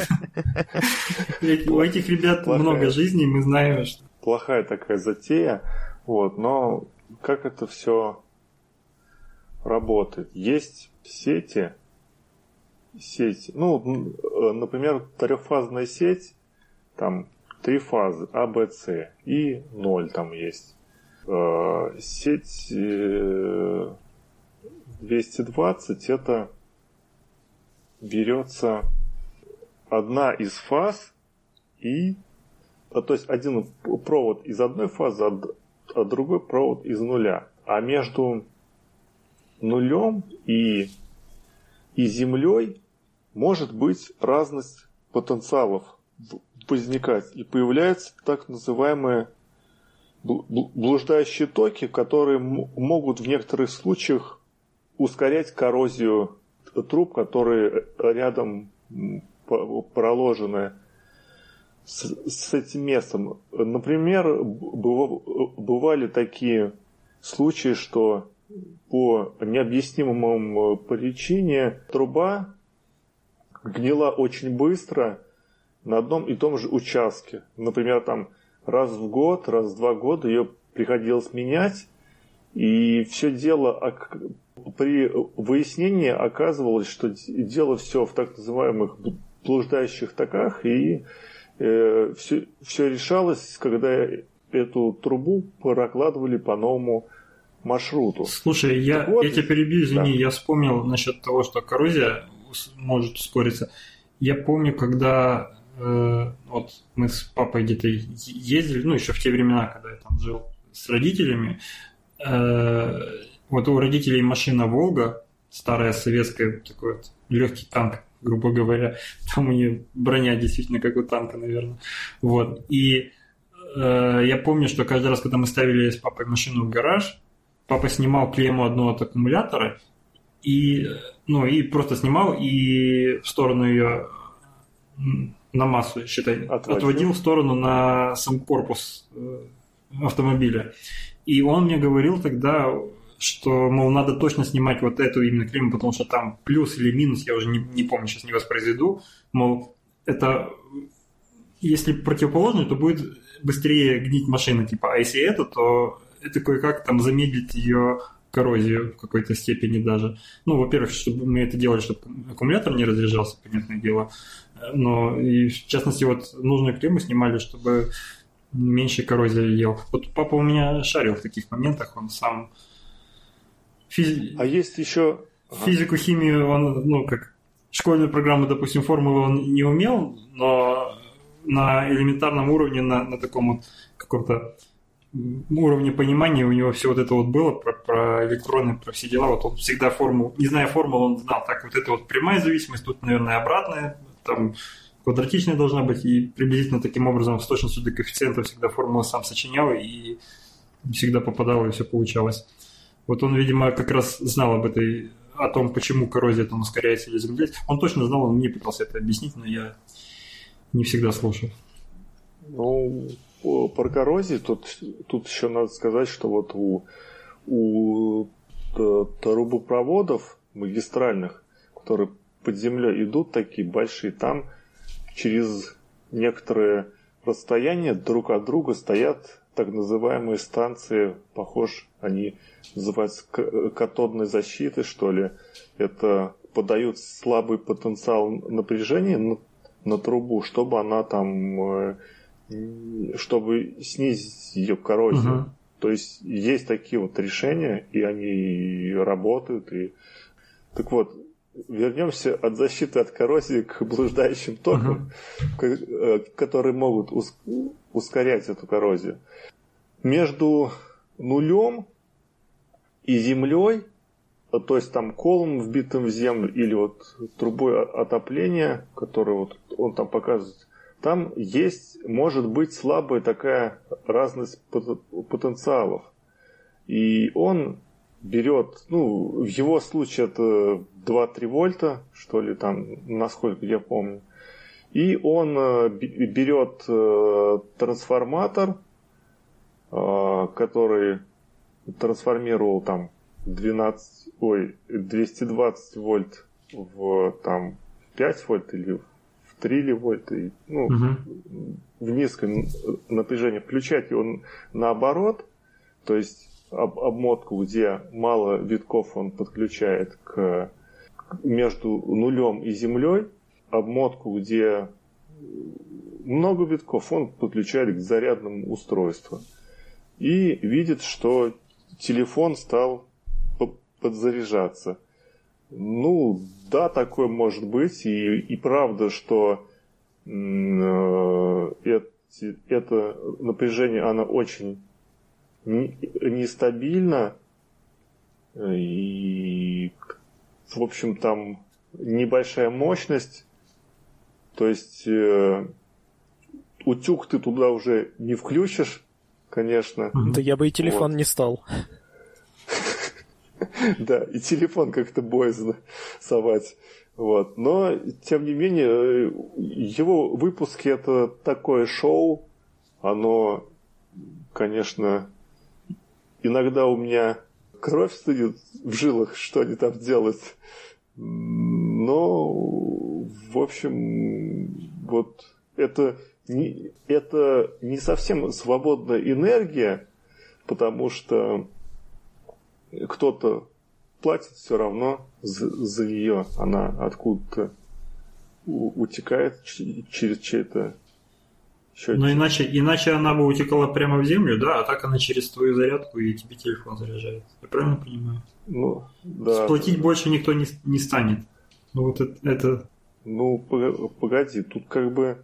Speaker 1: это. У этих ребят много жизней, мы знаем.
Speaker 2: Плохая такая затея, вот, но как это все работает? Есть сети, сеть, ну, например, трехфазная сеть, там три фазы, А, Б, С, и ноль там есть. Сеть двести двадцать это берется одна из фаз и, то есть один провод из одной фазы а другой провод из нуля. А между нулем и, и землей может быть разность потенциалов возникать. И появляются так называемые блуждающие токи, которые могут в некоторых случаях ускорять коррозию труб, которые рядом проложены с, с этим местом. Например, бывали такие случаи, что по необъяснимым причине труба гнила очень быстро на одном и том же участке. Например, там раз в год, раз в два года ее приходилось менять, и все дело при выяснении оказывалось, что дело все в так называемых блуждающих токах, и э, все, все решалось, когда эту трубу прокладывали по новому маршруту.
Speaker 1: Слушай, я, вот, я тебя перебью, извини, да. Я вспомнил насчет того, что коррозия может ускориться. Я помню, когда э, вот мы с папой где-то ездили, ну, еще в те времена, когда я там жил с родителями, э, вот у родителей машина «Волга», старая советская, такой вот легкий танк, грубо говоря, там у нее броня действительно как у танка, наверное. Вот. И э, я помню, что каждый раз, когда мы ставили с папой машину в гараж, папа снимал клемму одну от аккумулятора и, ну, и просто снимал и в сторону ее на массу, считай, отводил, отводил в сторону на сам корпус автомобиля. И он мне говорил тогда, что, мол, надо точно снимать вот эту именно клемму, потому что там плюс или минус, я уже не, не помню, сейчас не воспроизведу, мол, это если противоположное, то будет быстрее гнить машина, типа, а если это, то это кое-как там замедлить ее коррозию в какой-то степени даже. Ну, во-первых, чтобы мы это делали, чтобы аккумулятор не разряжался, понятное дело, но и в частности вот нужную клемму снимали, чтобы меньше коррозия ел. Вот папа у меня шарил в таких моментах, он сам Физи...
Speaker 2: А есть еще...
Speaker 1: Физику, химию, он, ну, как школьную программу, допустим, формулы он не умел, но на элементарном уровне, на, на таком вот каком-то уровне понимания у него все вот это вот было про, про электроны, про все дела. Вот он всегда формулу, не зная формулу, он знал, так, вот это вот прямая зависимость, тут, наверное, обратная, там квадратичная должна быть, и приблизительно таким образом с точностью до коэффициента всегда формулу сам сочинял, и всегда попадал, и все получалось. Вот он, видимо, как раз знал об этой, о том, почему коррозия там ускоряется или замедляется. Он точно знал, он мне пытался это объяснить, но я не всегда слушал.
Speaker 2: Ну, про коррозию тут, тут еще надо сказать, что вот у, у трубопроводов магистральных, которые под землей идут, такие большие, там через некоторое расстояние друг от друга стоят так называемые станции, похож, они называются катодной защиты, что ли. Это подают слабый потенциал напряжения на, на трубу, чтобы она там, чтобы снизить ее коррозию. Uh-huh. То есть есть такие вот решения, и они работают. И... Так вот, вернемся от защиты от коррозии к блуждающим токам, uh-huh. которые могут уск- ускорять эту коррозию. Между нулем и землей, то есть там колом, вбитым в землю, или вот трубой отопления, которую вот он там показывает, там есть, может быть, слабая такая разность потенциалов. И он берет, ну, в его случае это два-три вольта, что ли, там, насколько я помню. И он берет трансформатор, который трансформировал там двенадцать, ой, двести двадцать вольт в там пять вольт или в три вольта, и, ну, угу. в низкое напряжение. Включать его наоборот, то есть об, обмотку, где мало витков он подключает к, между нулем и землей, обмотку, где много витков, он подключает к зарядному устройству. И видит, что телефон стал подзаряжаться. Ну, да, такое может быть. И, и правда, что э, это, это напряжение, оно очень нестабильно, и, в общем, там небольшая мощность, то есть э, утюг ты туда уже не включишь, конечно.
Speaker 3: Да я бы и телефон вот. не стал.
Speaker 2: Да, и телефон как-то боязно совать. Вот. Но, тем не менее, его выпуски — это такое шоу, оно, конечно, иногда у меня кровь стынет в жилах, что они там делают. Но, в общем, вот это не, это не совсем свободная энергия, потому что кто-то платит все равно за, за нее. Она откуда-то утекает через чей-то счетчик.
Speaker 1: Но иначе, иначе она бы утекала прямо в землю, да, а так она через твою зарядку и тебе телефон заряжает. Я правильно понимаю?
Speaker 2: Ну, да.
Speaker 1: Сплатить больше никто не, не станет. Ну, вот это, это...
Speaker 2: Ну, погоди, тут как бы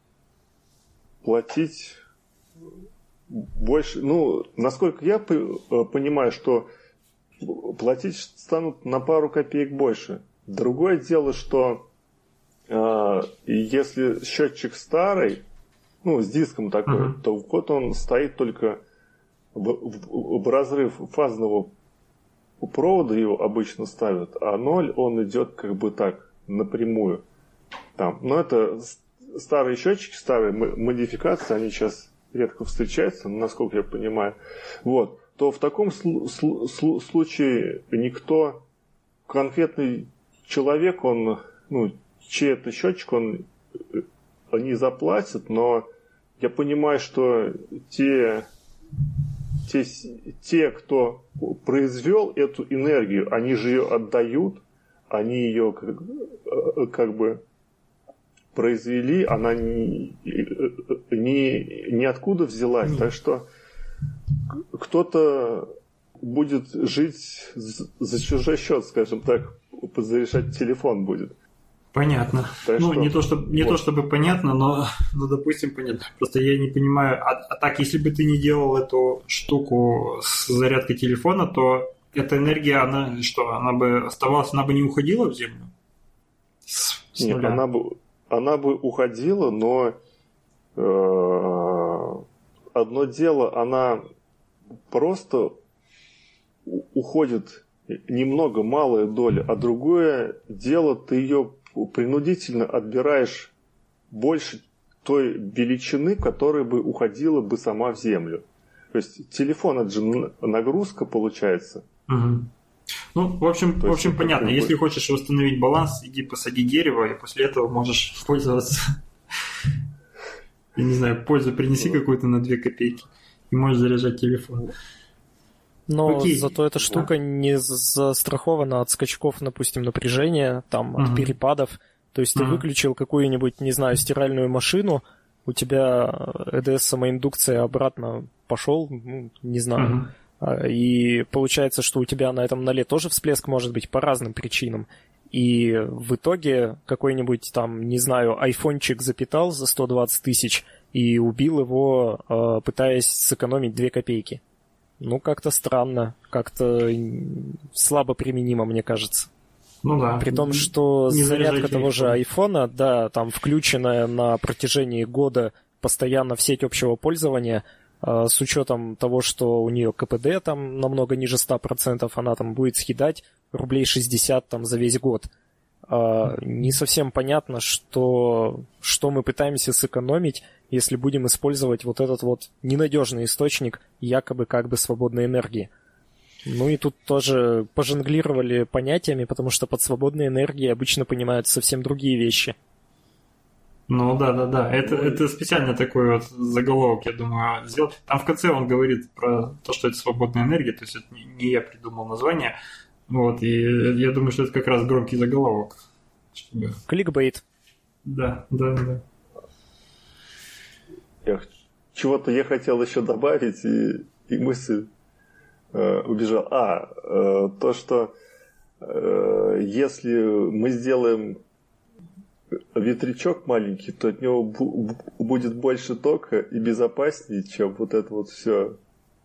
Speaker 2: платить больше... Ну, насколько я понимаю, что платить станут на пару копеек больше. Другое дело, что э, если счетчик старый, ну, с диском такой, uh-huh. то вот он стоит только в, в, в разрыв фазного провода, его обычно ставят, а ноль он идет как бы так, напрямую. Там. Но это старые счетчики, старые модификации, они сейчас редко встречаются, насколько я понимаю. Вот. То в таком слу- слу- случае никто, конкретный человек, он, ну, чей это счетчик, он не заплатит, но я понимаю, что те, те, те, кто произвел эту энергию, они же ее отдают, они ее как, как бы произвели, она не, не, не откуда взялась. Mm. Так что кто-то будет жить за чужой счет, скажем так, заряжать телефон будет.
Speaker 1: Понятно. Так ну, что, не, то, чтобы, не вот. то чтобы понятно, но, но, допустим, понятно. Просто я не понимаю, а, а так, если бы ты не делал эту штуку с зарядкой телефона, то эта энергия, она что, она бы оставалась, она бы не уходила в землю?
Speaker 2: С, с Нет, она бы, она бы уходила, но э, одно дело, она просто уходит немного, малая доля, а другое дело, ты ее принудительно отбираешь больше той величины, которая бы уходила бы сама в землю. То есть телефон — это же нагрузка получается.
Speaker 1: Угу. Ну, в общем, в общем понятно. Если будет. Хочешь восстановить баланс, иди посади дерево, и после этого можешь пользоваться. Я не знаю, пользу принеси какую-то на две копейки, и можешь заряжать телефон.
Speaker 3: Но Окей. Зато эта штука не застрахована от скачков, допустим, напряжения, там, от uh-huh. перепадов. То есть ты uh-huh. выключил какую-нибудь, не знаю, стиральную машину, у тебя и ди эс-самоиндукция обратно пошел, ну, не знаю. Uh-huh. И получается, что у тебя на этом ноле тоже всплеск может быть по разным причинам. И в итоге какой-нибудь там, не знаю, айфончик запитал за сто двадцать тысяч и убил его, пытаясь сэкономить две копейки. Ну, как-то странно, как-то слабо применимо, мне кажется.
Speaker 1: Ну да.
Speaker 3: При том, что не зарядка того же айфона, да, там включенная на протяжении года постоянно в сеть общего пользования, э, с учетом того, что у нее ка пэ дэ там намного ниже сто процентов, она там будет съедать рублей шестьдесят там за весь год. Э, не совсем понятно, что, что мы пытаемся сэкономить, если будем использовать вот этот вот ненадежный источник якобы как бы свободной энергии. Ну и тут тоже пожонглировали понятиями, потому что под свободной энергией обычно понимают совсем другие вещи.
Speaker 1: Ну да, да, да. Это, это специально такой вот заголовок, я думаю, сделал. Там в конце он говорит про то, что это свободная энергия, то есть это не я придумал название. Вот, и я думаю, что это как раз громкий заголовок. Чтобы...
Speaker 3: Кликбейт.
Speaker 1: Да, да, да.
Speaker 2: Я, чего-то я хотел еще добавить, и, и мысль э, убежала. А, э, то, что э, если мы сделаем ветрячок маленький, то от него бу- будет больше тока и безопаснее, чем вот это вот все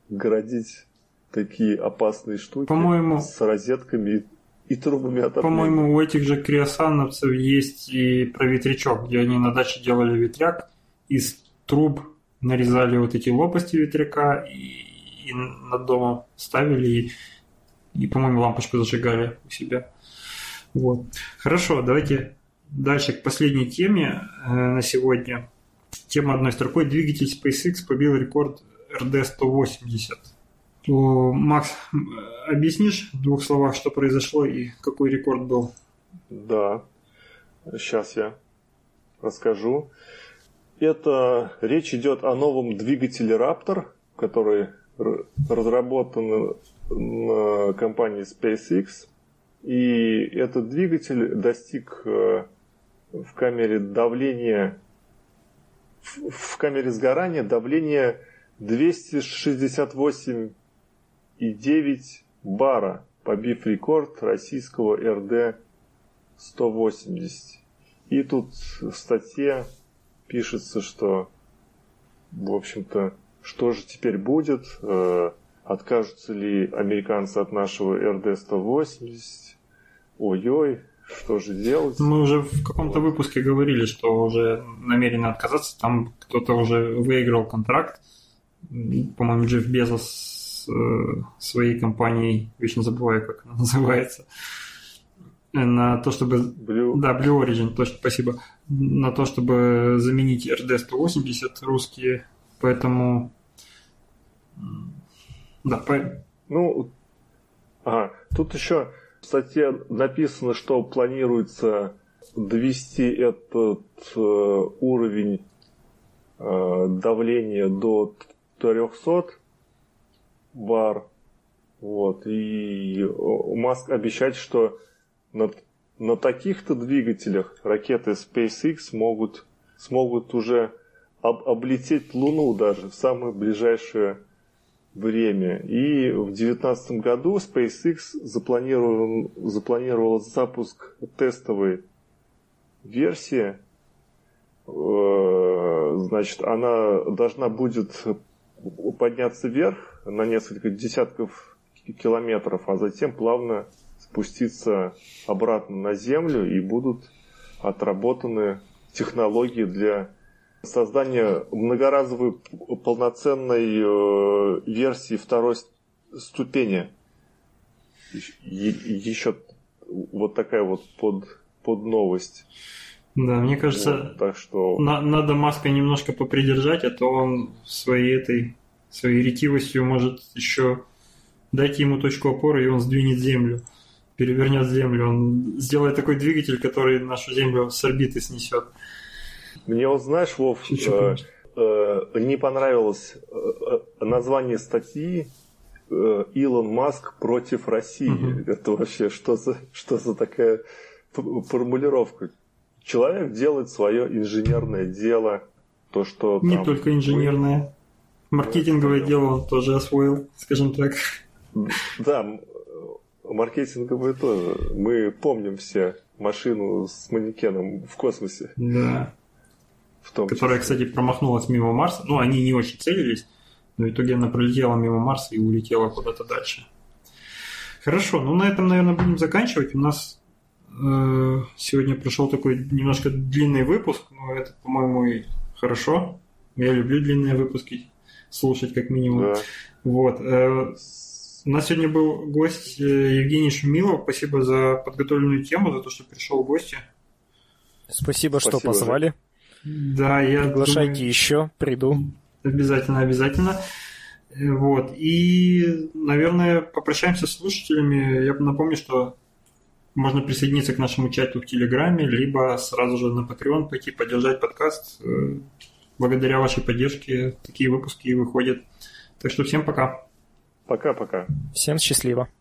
Speaker 2: городить такие опасные штуки
Speaker 1: По-моему,
Speaker 2: с розетками и трубами отопления.
Speaker 1: По-моему, у этих же криосановцев есть и про ветрячок, где они на даче делали ветряк, из труб нарезали вот эти лопасти ветряка и, и над домом ставили, и, и, по-моему, лампочку зажигали у себя. Вот. Хорошо, давайте дальше к последней теме э, на сегодня. Тема одной строкой. Двигатель SpaceX побил рекорд эр дэ сто восемьдесят. О, Макс, объяснишь в двух словах, что произошло и какой рекорд был?
Speaker 2: Да, сейчас я расскажу. Это речь идет о новом двигателе Raptor, который разработан на компании SpaceX. И этот двигатель достиг в камере давления, в камере сгорания давления двести шестьдесят восемь и девять бара, побив рекорд российского эр дэ сто восемьдесят. И тут в статье пишется, что, в общем-то, что же теперь будет? Откажутся ли американцы от нашего эр дэ сто восемьдесят? Ой-ой, что же делать?
Speaker 1: Мы уже в каком-то выпуске говорили, что уже намерены отказаться. Там кто-то уже выиграл контракт. По-моему, Джефф Безос с э, своей компанией, вечно забываю, как она называется, на то, чтобы...
Speaker 2: Blue.
Speaker 1: Да, Blue Origin, точно, спасибо. На то, чтобы заменить эр дэ сто восемьдесят русские. Поэтому... Да, по...
Speaker 2: Ну, ага, тут еще в статье написано, что планируется довести этот э, уровень э, давления до трехсот бар. Вот. И Маск обещает, что на, на таких-то двигателях ракеты SpaceX могут, смогут уже об, облететь Луну даже в самое ближайшее время. И в две тысячи девятнадцатом году SpaceX запланировал, запланировал запуск тестовой версии. Значит, она должна будет подняться вверх на несколько десятков километров, а затем плавно спуститься обратно на Землю, и будут отработаны технологии для создания многоразовой полноценной э, версии второй ступени. Е- еще вот такая вот под, под новость.
Speaker 1: Да, мне кажется,
Speaker 2: вот, так что...
Speaker 1: на- надо Маска немножко попридержать, а то он своей этой своей ретивостью может еще дать ему точку опоры, и он сдвинет Землю, перевернет Землю. Он сделает такой двигатель, который нашу Землю с орбиты снесет.
Speaker 2: Мне вот, знаешь, Вов, э, э, не понравилось э, название статьи э, «Илон Маск против России». Uh-huh. Это вообще что за, что за такая формулировка? Человек делает свое инженерное дело, то, что...
Speaker 1: Не
Speaker 2: там,
Speaker 1: только инженерное. Мы... Маркетинговое дело он тоже освоил, скажем так.
Speaker 2: Да, маркетинговое тоже. Мы помним все машину с манекеном в космосе.
Speaker 1: Да.
Speaker 2: В том
Speaker 1: которая,
Speaker 2: числе.
Speaker 1: кстати, промахнулась мимо Марса. Ну, они не очень целились, но в итоге она пролетела мимо Марса и улетела куда-то дальше. Хорошо, ну на этом, наверное, будем заканчивать. У нас э, сегодня прошел такой немножко длинный выпуск, но это, по-моему, и хорошо. Я люблю длинные выпуски слушать, как минимум.
Speaker 2: Да.
Speaker 1: Вот. Э, у нас сегодня был гость Евгений Шумилов. Спасибо за подготовленную тему, за то, что пришел в гости.
Speaker 3: Спасибо,
Speaker 2: Спасибо,
Speaker 3: что позвали.
Speaker 1: Да, я
Speaker 3: Приглашайте
Speaker 1: думаю,
Speaker 3: еще, приду.
Speaker 1: Обязательно, обязательно. Вот. И, наверное, попрощаемся с слушателями. Я напомню, что можно присоединиться к нашему чату в Телеграме, либо сразу же на Patreon пойти поддержать подкаст. Благодаря вашей поддержке такие выпуски выходят. Так что всем пока.
Speaker 2: Пока-пока.
Speaker 3: Всем счастливо.